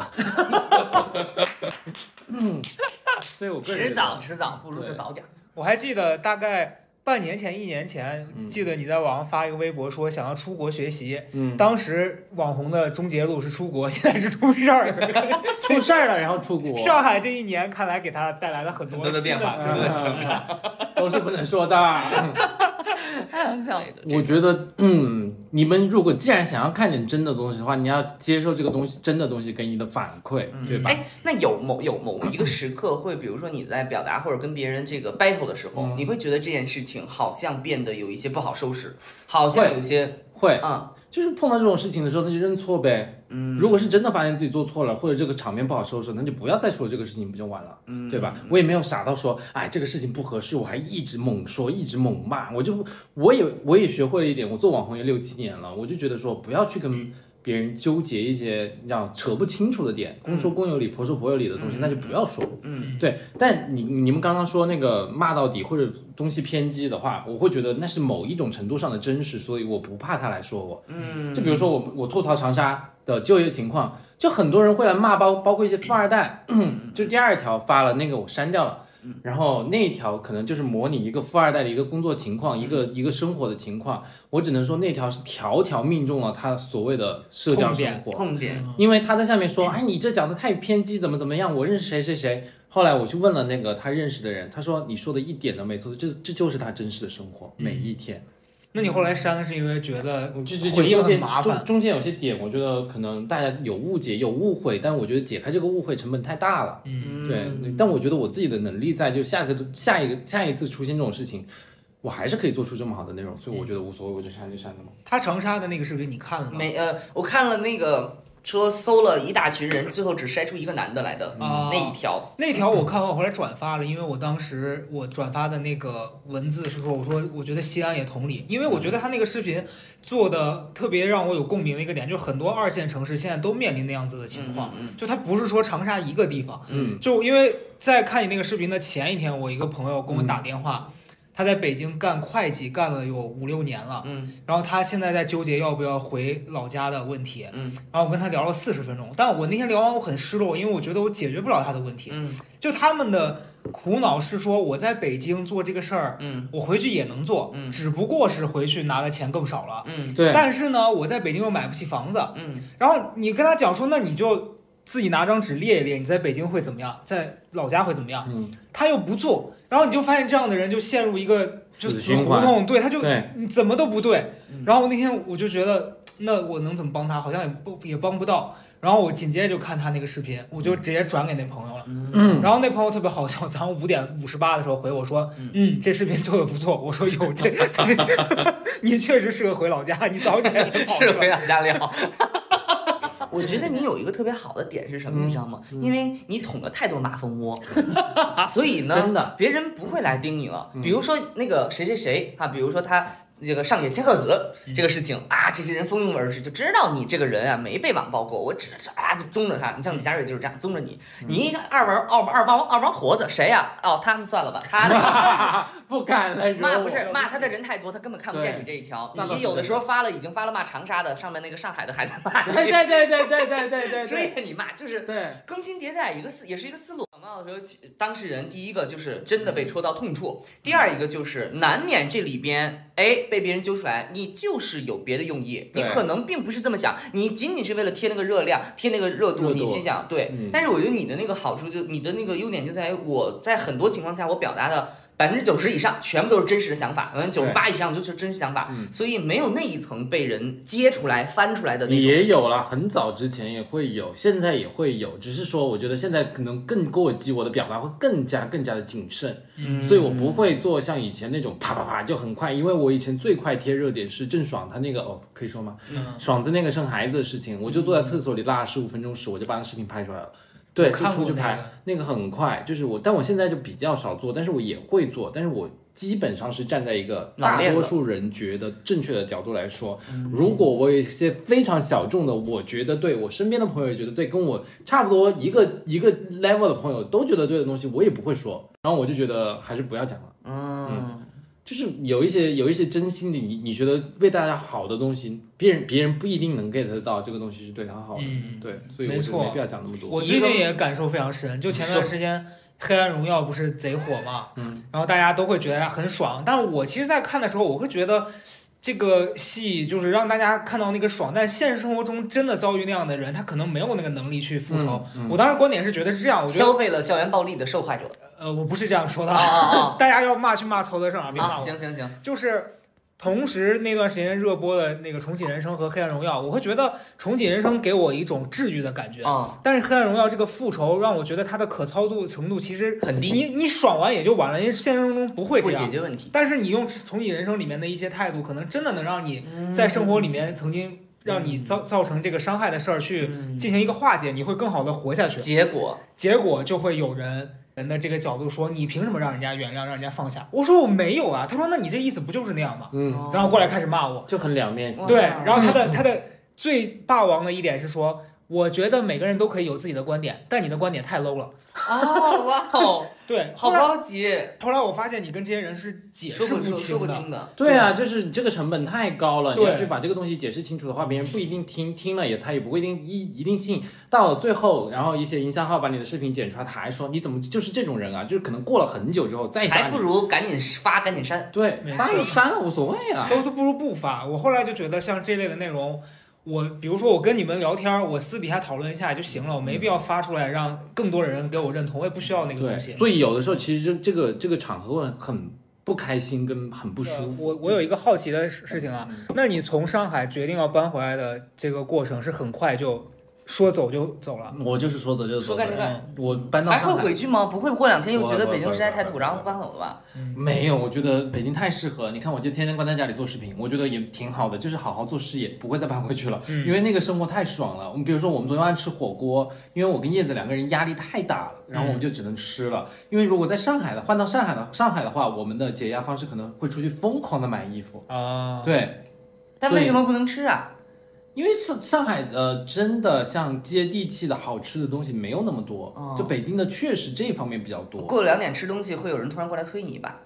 嗯，所以我个人迟早迟早不如就早点。 我还记得大概半年前、一年前， 嗯、 记得你在网上发一个微博说想要出国学习。 嗯， 当时网红的终结路是出国，现在是出事儿， 出事儿了，然后出国。 上海这一年看来给他带来了很多很多的变化，很多的成长， 都是不能说的。 我觉得，嗯，你们如果既然想要看点真的东西的话，你要接受这个东西，真的东西给你的反馈， 嗯、 对吧？ 哎，那有某有某一个时刻会，比如说你在表达或者跟别人这个 battle 的时候，嗯、你会觉得这件事情好像变得有一些不好收拾，好像有一些会， 嗯， 就是碰到这种事情的时候，那就认错呗。 嗯， 如果是真的发现自己做错了，或者这个场面不好收拾，那就不要再说这个事情，不就完了， 嗯， 对吧？我也没有傻到说，哎，这个事情不合适，我还一直猛说，一直猛骂，我就我也我也学会了一点，我做网红也六七年了，我就觉得说不要去跟别人纠结一些你知道扯不清楚的点，公说公有理，婆说婆有理的东西， 嗯、 那就不要说。 嗯， 对。但你你们刚刚说那个骂到底或者东西偏激的话，我会觉得那是某一种程度上的真实，所以我不怕他来说我。 嗯， 就比如说我我吐槽长沙的就业情况，就很多人会来骂包包括一些富二代，就第二条发了那个我删掉了。然后那一条可能就是模拟一个富二代的一个工作情况，一个一个生活的情况。我只能说那条是条条命中了他所谓的社交生活痛点， 因为他在下面说，哎，你这讲的太偏激，怎么怎么样？我认识谁谁谁。后来我去问了那个他认识的人，他说你说的一点都没错，这这就是他真实的生活，每一天。 那你后来删是因为觉得就是回应很麻烦， 中中间有些点，我觉得可能大家有误解、有误会，但我觉得解开这个误会成本太大了。 嗯， 对。但我觉得我自己的能力在，就下个下一个下一次出现这种事情，我还是可以做出这么好的内容，所以我觉得无所谓，我就删就删了嘛。 他长沙的那个视频你看了吗？ 没，呃，我看了那个说搜了一大群人，最后只筛出一个男的来的、 啊、 那一条。 那条我看完我后来转发了，因为我当时我转发的那个文字是说，我说我觉得西安也同理，因为我觉得他那个视频做的特别让我有共鸣的一个点，就很多二线城市现在都面临那样子的情况， 嗯嗯嗯、 就它不是说长沙一个地方， 嗯， 就因为在看你那个视频的前一天，我一个朋友跟我打电话。嗯，他在北京干会计干了有五六年了， 嗯， 然后他现在在纠结要不要回老家的问题， 嗯， 然后我跟他聊了四十分钟，但我那天聊完我很失落，因为我觉得我解决不了他的问题， 嗯， 就他们的苦恼是说我在北京做这个事儿， 嗯， 我回去也能做， 嗯， 只不过是回去拿的钱更少了， 嗯， 对， 但是呢，我在北京又买不起房子， 嗯， 然后你跟他讲说，那你就自己拿张纸列一列，你在北京会怎么样，在老家会怎么样， 嗯， 他又不做。然后你就发现这样的人就陷入一个就死胡同，对，他就你怎么都不对。然后那天我就觉得，那我能怎么帮他？好像也不也帮不到。然后我紧接着就看他那个视频，我就直接转给那朋友了。 嗯， 然后那朋友特别好笑，早上五点五十八的时候回我说，嗯，这视频做的不错。我说有这，这你确实适合回老家，你早起来适合回老家聊。我觉得你有一个特别好的点是什么， 嗯、 你知道吗？ 嗯、 因为你捅了太多马蜂窝，所以呢， 真的别人不会来盯你了。比如说那个谁谁谁啊，比如说他这个上野千鹤子这个事情啊，这些人蜂拥而至，就知道你这个人啊没被网暴过，我只是啊就宗着他。你像李佳瑞就是这样宗着你，你一二王二二王二王坨子谁呀、啊？哦，他们算了吧，他那个不敢了， 骂不是骂他的人太多，他根本看不见你这一条。你有的时候发了，已经发了骂长沙的，上面那个上海的还在骂你。 对对对对对对对对， 追着你骂，就是对更新迭代，一个思也是一个思路。网暴的时候，当事人第一个就是真的被戳到痛处，第二一个就是难免这里边哎被别人揪出来，你就是有别的用意，你可能并不是这么想，你仅仅是为了贴那个热量，贴那个热度，你去想对、嗯。但是我觉得你的那个好处就你的那个优点就在于我在很多情况下我表达的。百分之九十以上全部都是真实的想法，百分之九十八以上就是真实想法，所以没有那一层被人揭出来、翻出来的那种。 也有了，很早之前也会有，现在也会有，只是说我觉得现在可能更过激，我的表达会更加更加的谨慎，嗯，所以我不会做像以前那种啪啪啪就很快，因为我以前最快贴热点是郑爽他那个哦，可以说吗？嗯，爽子那个生孩子的事情，我就坐在厕所里拉十五分钟屎，我就把那视频拍出来了。对，就出去拍，那个很快，就是我，但我现在就比较少做，但是我也会做，但是我基本上是站在一个大多数人觉得正确的角度来说，如果我有一些非常小众的，我觉得对，我身边的朋友也觉得对，跟我差不多一个一个 level 的朋友都觉得对的东西，我也不会说，然后我就觉得还是不要讲了，嗯。嗯就是有一些有一些真心的，你你觉得为大家好的东西，别人别人不一定能 get 得到这个东西是对他好的，嗯、对，所以我就没必要讲那么多。 我最近也感受非常深，就前段时间《黑暗荣耀》不是贼火嘛，嗯，然后大家都会觉得很爽，但我其实在看的时候，我会觉得这个戏就是让大家看到那个爽，但现实生活中真的遭遇那样的人，他可能没有那个能力去复仇。嗯嗯、我当时观点是觉得是这样，我觉得消费了校园暴力的受害者。 呃，我不是这样说的， 哦哦哦大家要骂去骂曹德胜啊，别骂我。 啊、行行行， 就是同时那段时间热播的那个《重启人生》和《黑暗荣耀》，我会觉得《重启人生》给我一种治愈的感觉， 啊、 但是《黑暗荣耀》这个复仇让我觉得它的可操作程度其实很低。 你你爽完也就完了，因为现实中不会这样会解决问题。 但是你用《重启人生》里面的一些态度，可能真的能让你在生活里面曾经让你造造成这个伤害的事儿去进行一个化解，你会更好的活下去。 结果结果就会有人。人的这个角度说，你凭什么让人家原谅，让人家放下？我说我没有啊。他说，那你这意思不就是那样吗？ 嗯， 然后过来开始骂我， 就很两面性。 对，然后他的他的最霸王的一点是说，我觉得每个人都可以有自己的观点，但你的观点太 low 了。 哦，哇哦， 对， 好高级。 后来我发现你跟这些人是解释不清说不清的。 对啊，就是你这个成本太高了，你要去把这个东西解释清楚的话，别人不一定听，听了也他也不会一定一一定信。到了最后，然后一些营销号把你的视频剪出来，他还说你怎么就是这种人啊？就是可能过了很久之后再还不如赶紧发，赶紧删。 对，发就删了无所谓啊， 都都不如不发。我后来就觉得像这类的内容。我比如说我跟你们聊天，我私底下讨论一下就行了，我没必要发出来让更多的人给我认同，我也不需要那个东西。 所以有的时候其实这个这个场合很不开心跟很不舒服。 我我有一个好奇的事情啊，那你从上海决定要搬回来的这个过程是很快就说走就走了。 我就是说走就走。 说干就干。 我搬到上海还会回去吗？不会，过两天又觉得北京实在太土，然后搬走了吧？ 没有，我觉得北京太适合。你看，我就天天关在家里做视频，我觉得也挺好的，就是好好做事业，不会再搬回去了， 嗯、 因为那个生活太爽了。我们比如说，我们昨天晚上吃火锅，因为我跟叶子两个人压力太大了，然后我们就只能吃了。嗯、因为如果在上海的换到上海的上海的话，我们的解压方式可能会出去疯狂的买衣服啊， 对。 但为什么不能吃啊？ 因为上上海的真的像接地气的好吃的东西没有那么多，哦、就北京的确实这方面比较多。 过了两点吃东西，会有人突然过来推你一把。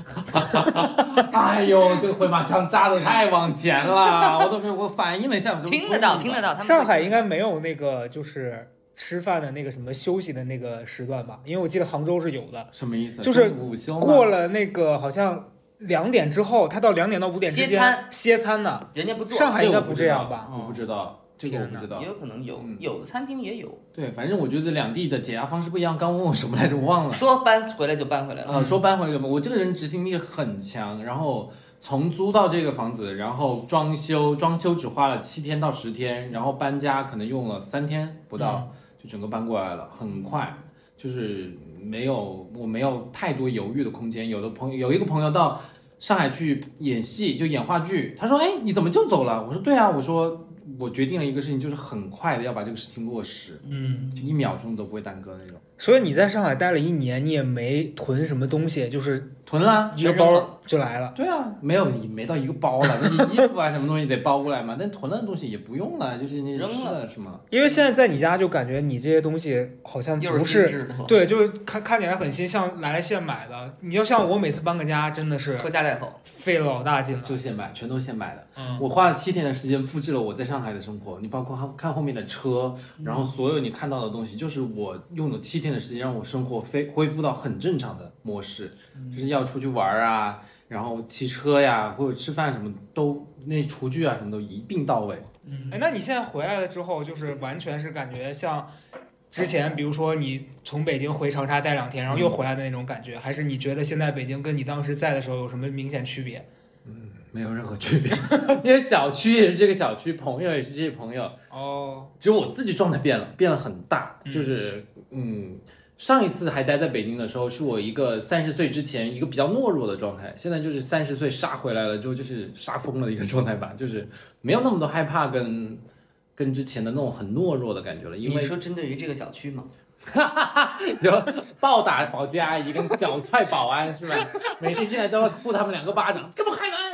哎呦，这个回马枪扎的太往前了，我都没有，我反应了一下， 听得到，听得到。 上海应该没有那个就是吃饭的那个什么休息的那个时段吧？因为我记得杭州是有的。 什么意思？ 就是午休过了那个好像。两点之后，他到两点到五点之间歇餐， 歇餐呢， 人家不做。 上海应该不这样吧？ 我不知道，这个我不知道， 也有可能有，有的餐厅也有。 对，反正我觉得两地的解压方式不一样。刚问我什么来着，我忘了。 说搬回来就搬回来了。 啊、呃，说搬回来就搬。我这个人执行力很强，然后从租到这个房子，然后装修，装修只花了七天到十天，然后搬家可能用了三天不到，嗯、就整个搬过来了，很快。就是没有，我没有太多犹豫的空间。有的朋友有一个朋友到上海去演戏，就演话剧，他说：“哎，你怎么就走了？”我说：“对啊，我说我决定了一个事情，就是很快的要把这个事情落实， 嗯， 就一秒钟都不会耽搁那种。” 所以你在上海待了一年，你也没囤什么东西，就是囤了一个包就来了。 对啊，没有没到一个包了，那些衣服啊什么东西得包过来嘛，但囤了的东西也不用了，就是那些吃的是吗？ 因为现在在你家就感觉你这些东西好像不是，对，就是看看起来很新，像来了现买的。你要像我每次搬个家，真的是拖家带口， 费了老大劲了， 就现买，全都现买的。 嗯， 我花了七天的时间复制了我在上海的生活，你包括看后面的车，然后所有你看到的东西，就是我用了七天的时间让我生活恢恢复到很正常的模式，就是要出去玩啊，然后骑车呀，或者吃饭什么都那厨具啊什么都一并到位。 嗯，哎，那你现在回来了之后，就是完全是感觉像之前，比如说你从北京回长沙待两天，然后又回来的那种感觉，还是你觉得现在北京跟你当时在的时候有什么明显区别？ 嗯，没有任何区别，因为小区也是这个小区，朋友也是这些朋友。 哦， 只有我自己状态变了，变了很大，就是嗯。嗯上一次还待在北京的时候，是我一个三十岁之前一个比较懦弱的状态，现在就是三十岁杀回来了之后，就是杀疯了的一个状态吧，就是没有那么多害怕跟跟之前的那种很懦弱的感觉了。因为你说针对于这个小区吗？ 哈哈哈，就暴打保洁阿姨跟脚踹保安是吧？每天进来都要呼他们两个巴掌，干嘛开门？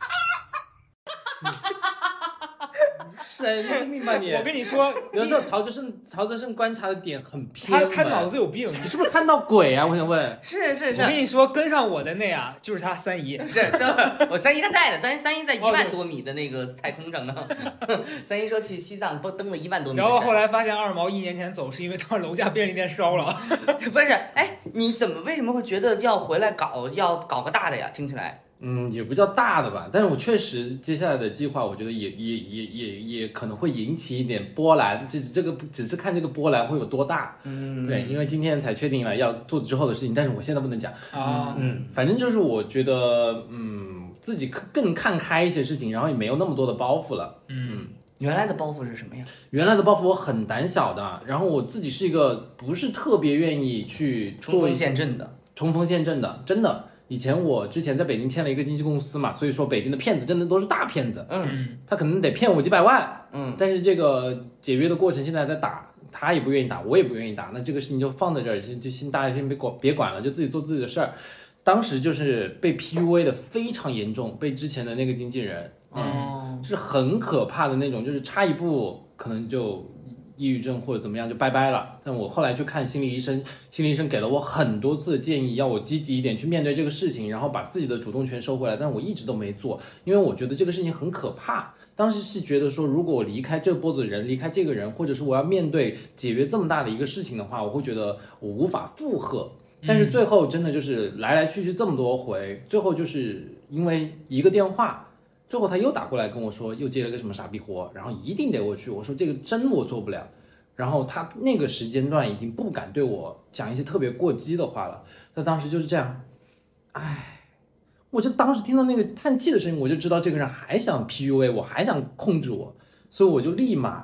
神经病吧你！ 我跟你说， 有时候曹泽胜，曹泽胜观察的点很偏门， 他他脑子有病， 你是不是看到鬼啊？我想问。 是是是， 我跟你说，跟上我的那啊，就是他三姨， 是就是我三姨他带的，三三姨在一万多米的那个太空上呢。三姨说去西藏登登了一万多米， 然后后来发现二毛一年前走是因为他楼下便利店烧了。 不是，哎，你怎么为什么会觉得要回来搞要搞个大的呀？听起来。 嗯，也不叫大的吧，但是我确实接下来的计划，我觉得也也也也也可能会引起一点波澜，就是这个只是看这个波澜会有多大。嗯，对，因为今天才确定了要做之后的事情，但是我现在不能讲啊。 嗯，反正就是我觉得，嗯，自己更看开一些事情，然后也没有那么多的包袱了。 嗯， 原来的包袱是什么呀？ 原来的包袱我很胆小的，然后我自己是一个不是特别愿意去冲锋陷阵的， 冲锋陷阵的，真的。以前我之前在北京签了一个经纪公司嘛，所以说北京的骗子真的都是大骗子， 嗯， 他可能得骗我几百万， 嗯， 但是这个解约的过程现在在打，他也不愿意打，我也不愿意打，那这个事情就放在这儿，就就先大家先别管别管了，就自己做自己的事儿。当时就是被 P U A 的非常严重，被之前的那个经纪人， 哦， 是很可怕的那种，就是差一步可能就抑郁症或者怎么样就拜拜了。但我后来去看心理医生，心理医生给了我很多次的建议，要我积极一点去面对这个事情，然后把自己的主动权收回来，但我一直都没做，因为我觉得这个事情很可怕。当时是觉得说，如果我离开这波子人，离开这个人，或者是我要面对解约这么大的一个事情的话，我会觉得我无法负荷。但是最后真的就是来来去去这么多回，最后就是因为一个电话，最后他又打过来跟我说，又接了个什么傻逼活，然后一定得我去。我说这个真我做不了。然后他那个时间段已经不敢对我讲一些特别过激的话了。他当时就是这样，唉，我就当时听到那个叹气的声音，我就知道这个人还想 P U A 我，还想控制我，所以我就立马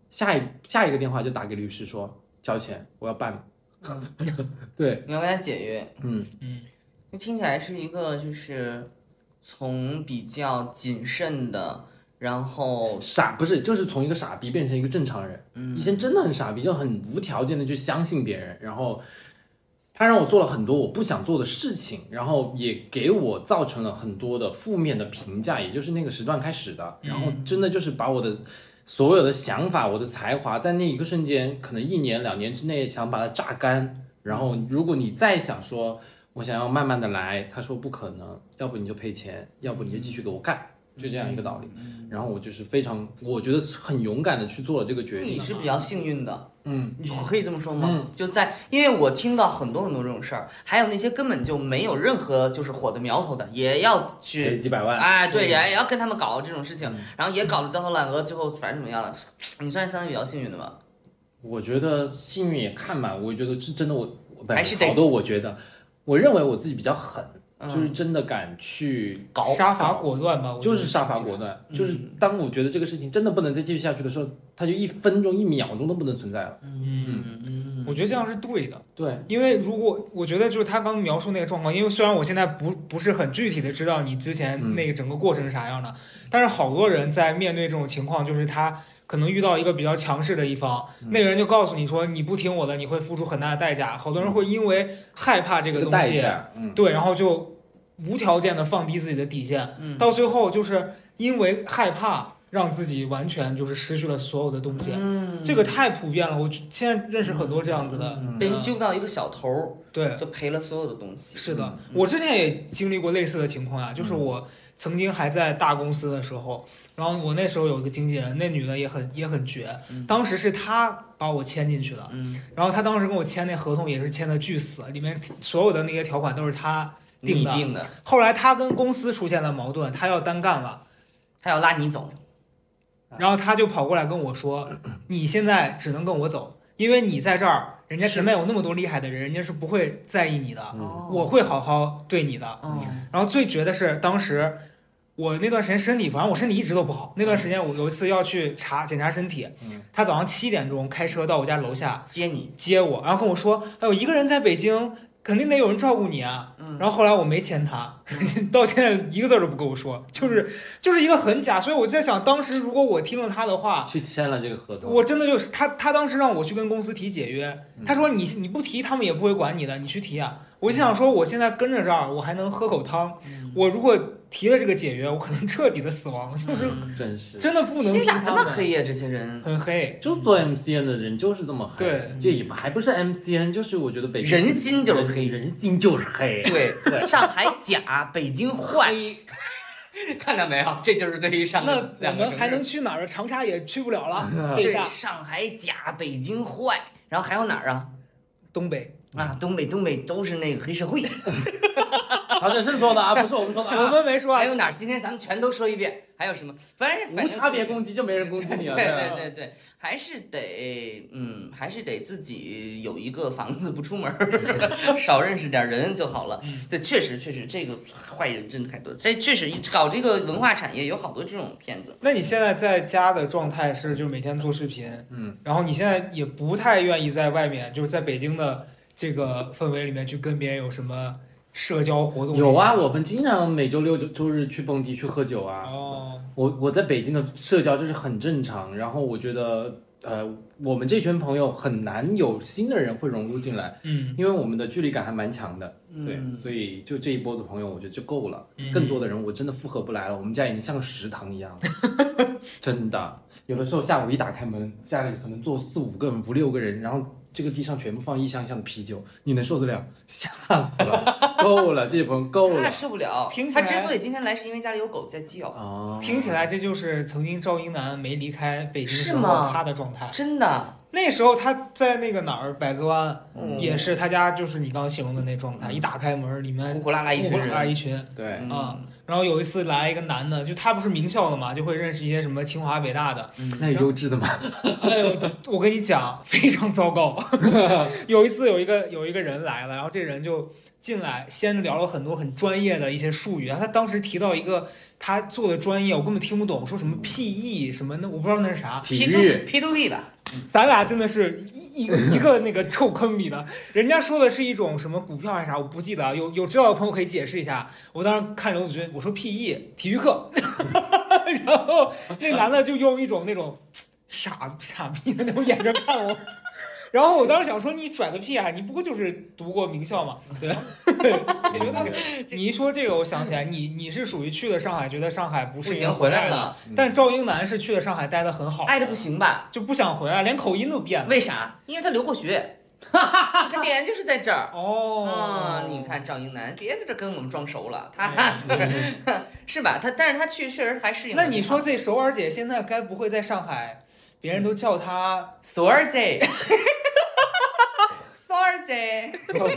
下一下一个电话就打给律师说交钱，我要办。对， 你要跟他解约。 嗯嗯， 听起来是一个就是从比较谨慎的。然后傻不是，就是从一个傻逼变成一个正常人。嗯，以前真的很傻逼，就很无条件的去相信别人，然后他让我做了很多我不想做的事情，然后也给我造成了很多的负面的评价，也就是那个时段开始的。然后真的就是把我的所有的想法、我的才华，在那一个瞬间，可能一年两年之内想把它榨干。然后如果你再想说我想要慢慢的来，他说不可能，要不你就赔钱，要不你就继续给我干。就这样一个道理，然后我就是非常，我觉得很勇敢的去做了这个决定。 你是比较幸运的， 嗯， 我可以这么说吗？ 嗯， 就在，因为我听到很多很多这种事儿，还有那些根本就没有任何就是火的苗头的，也要去几百万， 哎，对，也也要跟他们搞这种事情，然后也搞得焦头烂额，最后反正怎么样了？你算是相对比较幸运的吧？ 我觉得幸运也看吧，我觉得是真的我，我还是得好多，我觉得，我认为我自己比较狠。就是真的敢去搞， 杀伐果断吧， 就是杀伐果断。就是当我觉得这个事情真的不能再继续下去的时候，它就一分钟、一秒钟都不能存在了。 嗯嗯嗯，我觉得这样是对的。 对， 因为如果我觉得就是他刚描述那个状况，因为虽然我现在不不是很具体的知道你之前那个整个过程是啥样的，嗯、但是好多人在面对这种情况，就是他可能遇到一个比较强势的一方，嗯、那个人就告诉你说你不听我的，你会付出很大的代价。好多人会因为害怕这个东西， 嗯、 对，然后就无条件的放低自己的底线， 嗯、 到最后就是因为害怕。让自己完全就是失去了所有的东西， 嗯， 这个太普遍了。我现在认识很多这样子的， 被人揪到一个小头， 对， 就赔了所有的东西。 是的，我之前也经历过类似的情况呀，就是我曾经还在大公司的时候，然后我那时候有一个经纪人，那女的也很也很绝，当时是她把我签进去的，然后她当时跟我签那合同也是签的巨死，里面所有的那些条款都是她定的。 定的。 后来她跟公司出现了矛盾，她要单干了， 她要拉你走。 然后他就跑过来跟我说：“你现在只能跟我走，因为你在这儿，人家前面有那么多厉害的人，人家是不会在意你的， 嗯、 我会好好对你的。 嗯” 然后最绝的是，当时我那段时间身体，反正我身体一直都不好。那段时间我有一次要去查检查身体，他早上七点钟开车到我家楼下接你接我，然后跟我说：“哎呦，一个人在北京。”肯定得有人照顾你啊， 嗯、 然后后来我没签他，嗯、到现在一个字都不跟我说，就是就是一个很假，所以我在想，当时如果我听了他的话， 去签了这个合同， 我真的就是他，他当时让我去跟公司提解约，他说你你不提，他们也不会管你的，你去提啊。我就想说，我现在跟着这儿，我还能喝口汤， 嗯、 我如果提了这个解约，我可能彻底的死亡，就是真是真的不能。 其实咋这么黑呀？这些人很黑， 就做 M C N 的人就是这么黑。 对， 这也还不是 M C N， 就是我觉得北人心就是黑， 人心就是黑。 对对，上海假，北京坏。看到没有？这就是对于上那我们还能去哪儿？长沙也去不了了。这下上海假，北京坏，然后还有哪儿啊？ 东北啊，东北东北都是那个黑社会。 曹先生说的啊，不是我们说的、啊。 我们没说。 还有哪儿？今天咱们全都说一遍。还有什么？反正无差别攻击就没人攻击你了。 对对对对，还是得嗯，还是得自己有一个房子不出门，少认识点人就好了。对，确实确实这个坏人真的太多。这确实搞这个文化产业有好多这种骗子。 那你现在在家的状态是就是每天做视频， 嗯， 然后你现在也不太愿意在外面，就是在北京的这个氛围里面去跟别人有什么社交活动？ 有啊，我们经常每周六周日去蹦迪去喝酒啊。 哦， 我我在北京的社交就是很正常，然后我觉得呃，我们这群朋友很难有新的人会融入进来， 嗯， 因为我们的距离感还蛮强的， 嗯、 对，所以就这一波子朋友我觉得就够了， 嗯、 更多的人我真的负荷不来了，我们家已经像个食堂一样了，真的，有的时候下午一打开门，家里可能坐四五个五六个人，然后这个地上全部放一箱一箱的啤酒，你能受得了？吓死了，够了，这些朋友够了， 他受不了。 听起来他之所以今天来，是因为家里有狗在叫。 哦， 听起来这就是曾经赵英男没离开北京时候他的状态。 真的， 那时候他在那个哪儿百子湾， 嗯、 也是他家就是你刚形容的那状态， 嗯、 一打开门里面呼呼啦啦一群呼呼啦啦一群， 对啊。嗯然后有一次来一个男的，就他不是名校的嘛，就会认识一些什么清华北大的， 嗯、那优质的嘛。 哎呦，我跟你讲，非常糟糕。有一次有一个有一个人来了，然后这人就进来，先聊了很多很专业的一些术语啊。他当时提到一个他做的专业我根本听不懂，说什么 P E 什么的，我不知道那是啥。 体育 P to P 的， 咱俩真的是一一个一个那个臭坑里的。人家说的是一种什么股票还是啥，我不记得啊。有有知道的朋友可以解释一下。我当时看刘子君，我说 P E 体育课，然后那男的就用一种那种傻傻逼的那种眼神看我。然后我当时想说，你拽个屁啊！你不过就是读过名校嘛，对。我觉得你一说这个，我想起来，你你是属于去了上海，觉得上海不适应， 回来了。 但赵英男是去了上海，待得很好， 爱的不行吧， 就不想回来，连口音都变了。 为啥？因为他留过学。你看点就是在这儿哦。 嗯，你看赵英男别在这跟我们装熟了，他是吧？他但是他去确实还适应。 那你说这首尔姐现在该不会在上海，别人都叫她首尔姐？首尔姐，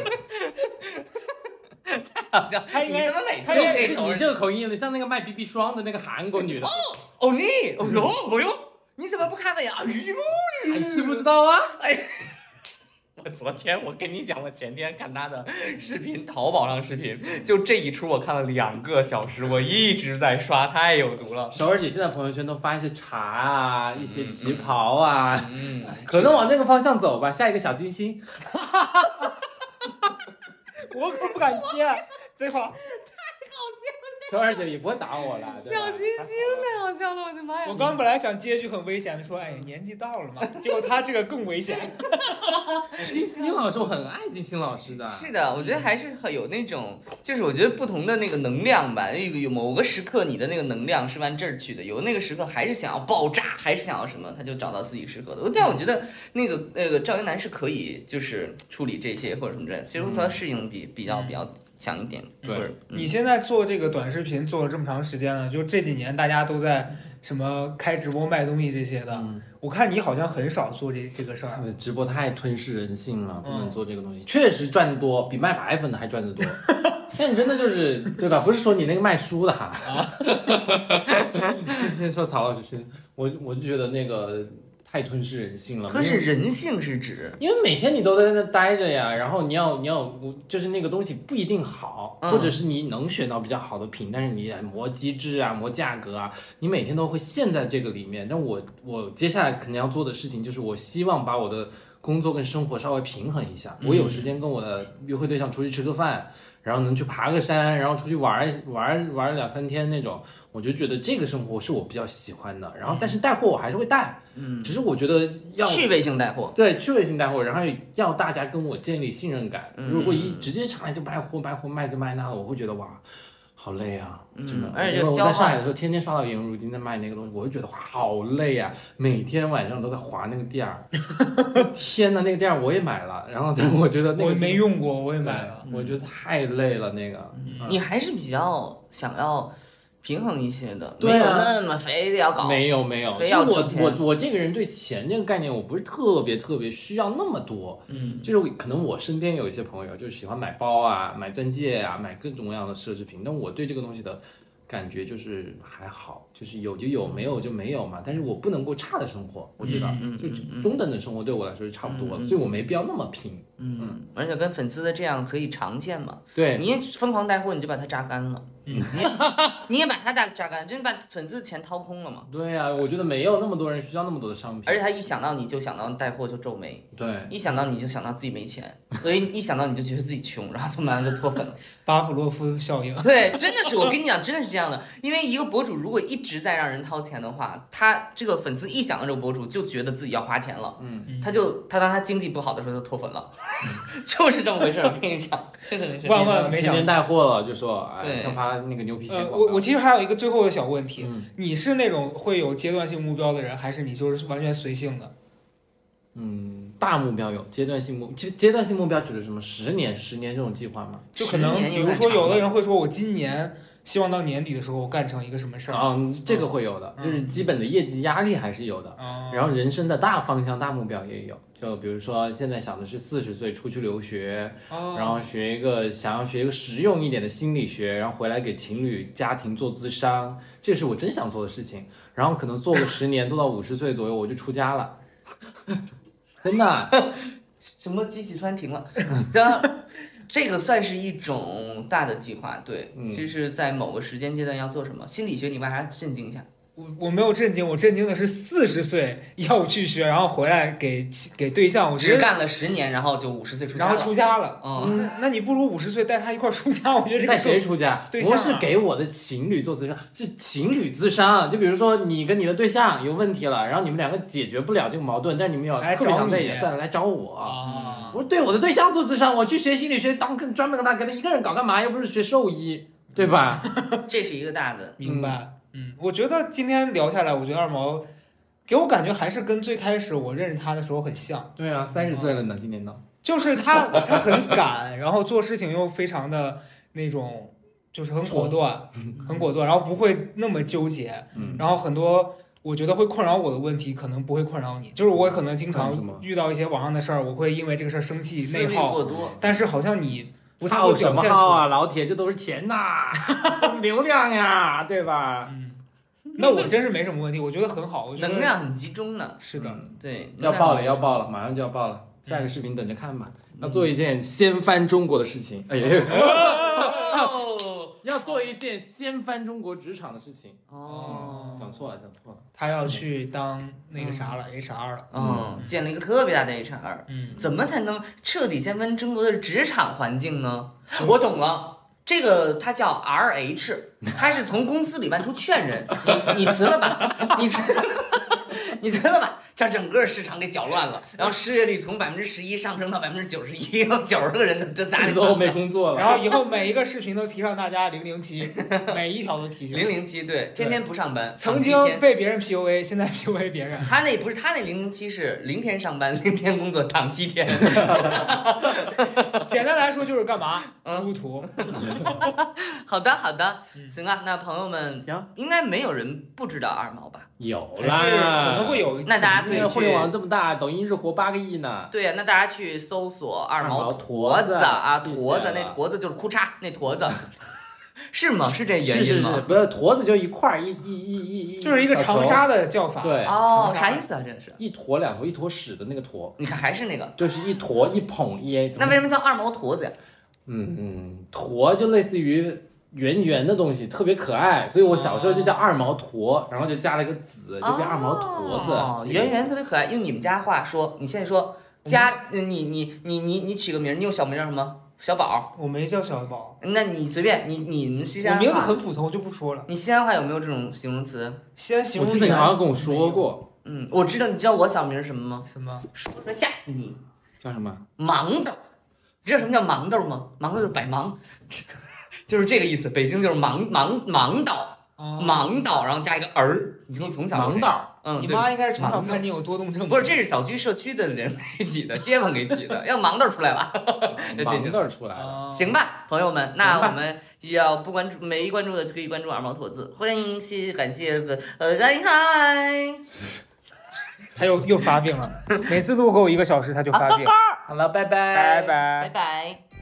太好笑！你怎么每次都可以熟？ 你这个口音有点像那个卖 B B 霜的那个韩国女的。 哦哦你，哦哟哦哟，你怎么不看问呀？哎呦， 还是不知道啊？ 哎。我昨天我跟你讲，我前天看他的视频，淘宝上视频，就这一出我看了两个小时，我一直在刷，太有毒了。 首尔姐现在朋友圈都发一些茶啊，一些旗袍啊， 嗯， 可能往那个方向走吧。下一个小金星， 我可不敢接这话。 首尔姐也不会打我了。 小金星太好笑了，我的妈呀！ 我刚本来想接一句很危险的说，哎，年纪到了嘛，结果他这个更危险。 金星老师，我很爱金星老师的。 是的，我觉得还是很有那种，就是我觉得不同的那个能量吧，有某个时刻你的那个能量是往这儿去的，有那个时刻还是想要爆炸，还是想要什么，他就找到自己适合的。但我觉得那个那个赵英男是可以就是处理这些或者什么之类的，其实他适应比比较比较。强一点， 对。 你现在做这个短视频做了这么长时间了，就这几年大家都在什么开直播卖东西这些的，嗯、我看你好像很少做这这个事儿。 直播太吞噬人性了，不能做这个东西。嗯、确实赚得多，比卖白粉的还赚得多。但你真的就是对吧？不是说你那个卖书的哈。啊、先说曹老师，我我就觉得那个。太吞噬人性了。 吞噬人性是指， 因为每天你都在那待着呀，然后你要你要就是那个东西不一定好，嗯、或者是你能选到比较好的品，但是你磨机制啊、磨价格啊，你每天都会陷在这个里面。但我我接下来肯定要做的事情就是，我希望把我的工作跟生活稍微平衡一下。嗯、我有时间跟我的约会对象出去吃个饭，然后能去爬个山，然后出去玩玩玩两三天那种。我就觉得这个生活是我比较喜欢的，然后但是带货我还是会带，嗯，只是我觉得要趣味性带货， 对，趣味性带货，然后要大家跟我建立信任感。嗯、如果一直接上来就卖货卖货卖这卖那，我会觉得哇，好累啊，真的。嗯、 而且我在上海的时候，天天刷到颜如晶在卖那个东西，我会觉得哇，好累啊，每天晚上都在划那个店儿。天哪，那个店儿我也买了，然后我觉得那个我没用过，我也买了， 我觉得太累了那个。 嗯嗯、你还是比较想要。平衡一些的， 对啊、 没有那么非得要搞， 没有没有， 非要我我我这个人对钱这个概念我不是特别特别需要那么多，嗯，就是可能我身边有一些朋友就是喜欢买包啊、买钻戒啊、买各种各样的奢侈品，但我对这个东西的感觉就是还好，就是有就有，没有就没有嘛。但是我不能过差的生活，我觉得，嗯、就中等的生活对我来说是差不多的，嗯、所以我没必要那么拼。 嗯，嗯而且跟粉丝的这样可以长线嘛。 对， 你疯狂带货，你就把它榨干了。嗯，你也你也把它榨榨干，就是把粉丝的钱掏空了嘛。 对呀、啊，我觉得没有那么多人需要那么多的商品， 而且他一想到你就想到带货就皱眉， 对， 一想到你就想到自己没钱，所以一想到你就觉得自己穷，然后就慢慢就脱粉。 巴甫洛夫效应。 对，真的是我跟你讲，真的是这样的。因为一个博主如果一直在让人掏钱的话，他这个粉丝一想到这个博主就觉得自己要花钱了，嗯，他就他当他经济不好的时候就脱粉了，就是这么回事。我跟你讲，真的是万万没想到， 天天带货了就说，哎，像发那个牛皮鞋广告。 我我其实还有一个最后的小问题，嗯、你是那种会有阶段性目标的人，还是你就是完全随性的？ 嗯，大目标有，阶段性目，其实阶段性目标指的是什么？十年、十年这种计划吗？ 就可能比如说有的人会说，我今年希望到年底的时候我干成一个什么事儿。 嗯，这个会有的，嗯、就是基本的业绩压力还是有的。嗯、然后人生的大方向、大目标也有。就比如说，现在想的是四十岁出去留学，哦、然后学一个想要学一个实用一点的心理学，然后回来给情侣家庭做咨商，这是我真想做的事情。然后可能做个十年，做到五十岁左右我就出家了，真的。 什么机器突然停了？这样， 这个算是一种大的计划，对， 嗯就是在某个时间阶段要做什么。心理学你为啥震惊一下？ 我我没有震惊，我震惊的是四十岁要去学，然后回来给给对象，我觉得只干了十年，然后就五十岁出家了， 然后出家了。 嗯， 那那你不如五十岁带他一块儿出家，我觉得这个带谁出家？ 对象啊不是给我的情侣做咨商，是情侣咨商。就比如说你跟你的对象有问题了，然后你们两个解决不了这个矛盾，但是你们要来特别想在一找你起，再来找我。 啊， 我对我的对象做咨商，我去学心理学，当跟专门跟他跟他一个人搞干嘛？又不是学兽医，对吧？ 这是一个大的， 明白。嗯，我觉得今天聊下来，我觉得二毛给我感觉还是跟最开始我认识他的时候很像。 对啊，三十岁了呢，今年都。 就是他他很敢，然后做事情又非常的那种，就是很果断，很果断，然后不会那么纠结， 嗯， 然后很多我觉得会困扰我的问题，可能不会困扰你。就是我可能经常遇到一些网上的事儿，我会因为这个事儿生气内耗过多， 但是好像你不太会表现出来。 什么号啊，老铁，这都是钱呐，流量呀，对吧？ 嗯，那我真是没什么问题，我觉得很好，我觉得能量很集中呢。 是的， 嗯对， 要爆了，要爆了，马上就要爆了。下个视频等着看吧。要做一件掀翻中国的事情，哎呀，要做一件掀翻中国职场的事情。 哦， 讲错了，讲错了。 他要去当那个啥了，H R 了。 嗯，建了一个特别大的 H R。 嗯， 怎么才能彻底掀翻中国的职场环境呢？我懂了。这个它叫 R H， 它是从公司里外出劝人，你你辞了吧，你辞，你辞了吧，把整个市场给搅乱了，然后失业率从百分之十一上升到百分之九十一，九十个人都都家里都没工作了。 然后以后每一个视频都提倡大家零零七，每一条都提醒。 零零七对，天天不上班， 曾经被别人 P U A， 现在 P U A 别人。 他那不是他那零零七是零天上班，零天工作，躺七天。 简单来说就是干嘛？ 嗯， 入图。 好的好的，行啊，那朋友们， 行， 应该没有人不知道二毛吧？ 有啦，可能会有。 那大家可以去， 互联网这么大，抖音日活八个亿呢。 对呀、啊，那大家去搜索二毛坨子啊，坨子，那坨子就是裤衩那坨子。是吗？是这原因吗？ 是是是，不是坨子就一块一一一一一， 就是一个长沙的叫法。 对哦，啥意思啊？这是一坨两坨，一坨屎的那个坨。 你看还是那个， 就是一坨一捧一。 那为什么叫二毛坨子呀？ 嗯嗯，坨就类似于圆圆的东西，特别可爱，所以我小时候就叫二毛坨，然后就加了个子，就变二毛坨子。 哦，圆圆特别可爱。用你们家话说，你现在说家，你你你你你取个名，你有小名叫什么？小宝， 我没叫小宝。 那你随便，你你们西安我名字很普通，就不说了。 你西安话有没有这种形容词？ 西安形容词， 我记得你好像跟我说过。 嗯，我知道，你知道我小名是什么吗？ 什么？ 说出来吓死你！ 叫什么？ 盲豆。你知道什么叫盲豆吗？盲豆就是百忙，就是这个意思。北京就是盲盲盲岛。盲岛，然后加一个儿，你从从小盲岛， 嗯， 你妈应该是从小看你有多动症。 不是，这是小区社区的人给起的，街坊给起的，要盲豆出来了， 盲豆出来了， 行吧，朋友们，那我们要不关注没关注的就可以关注二毛坨子，欢迎谢感谢呃嗨嗨， 他又又发病了，每次录够一个小时他就发病。 好了，拜拜， 拜拜。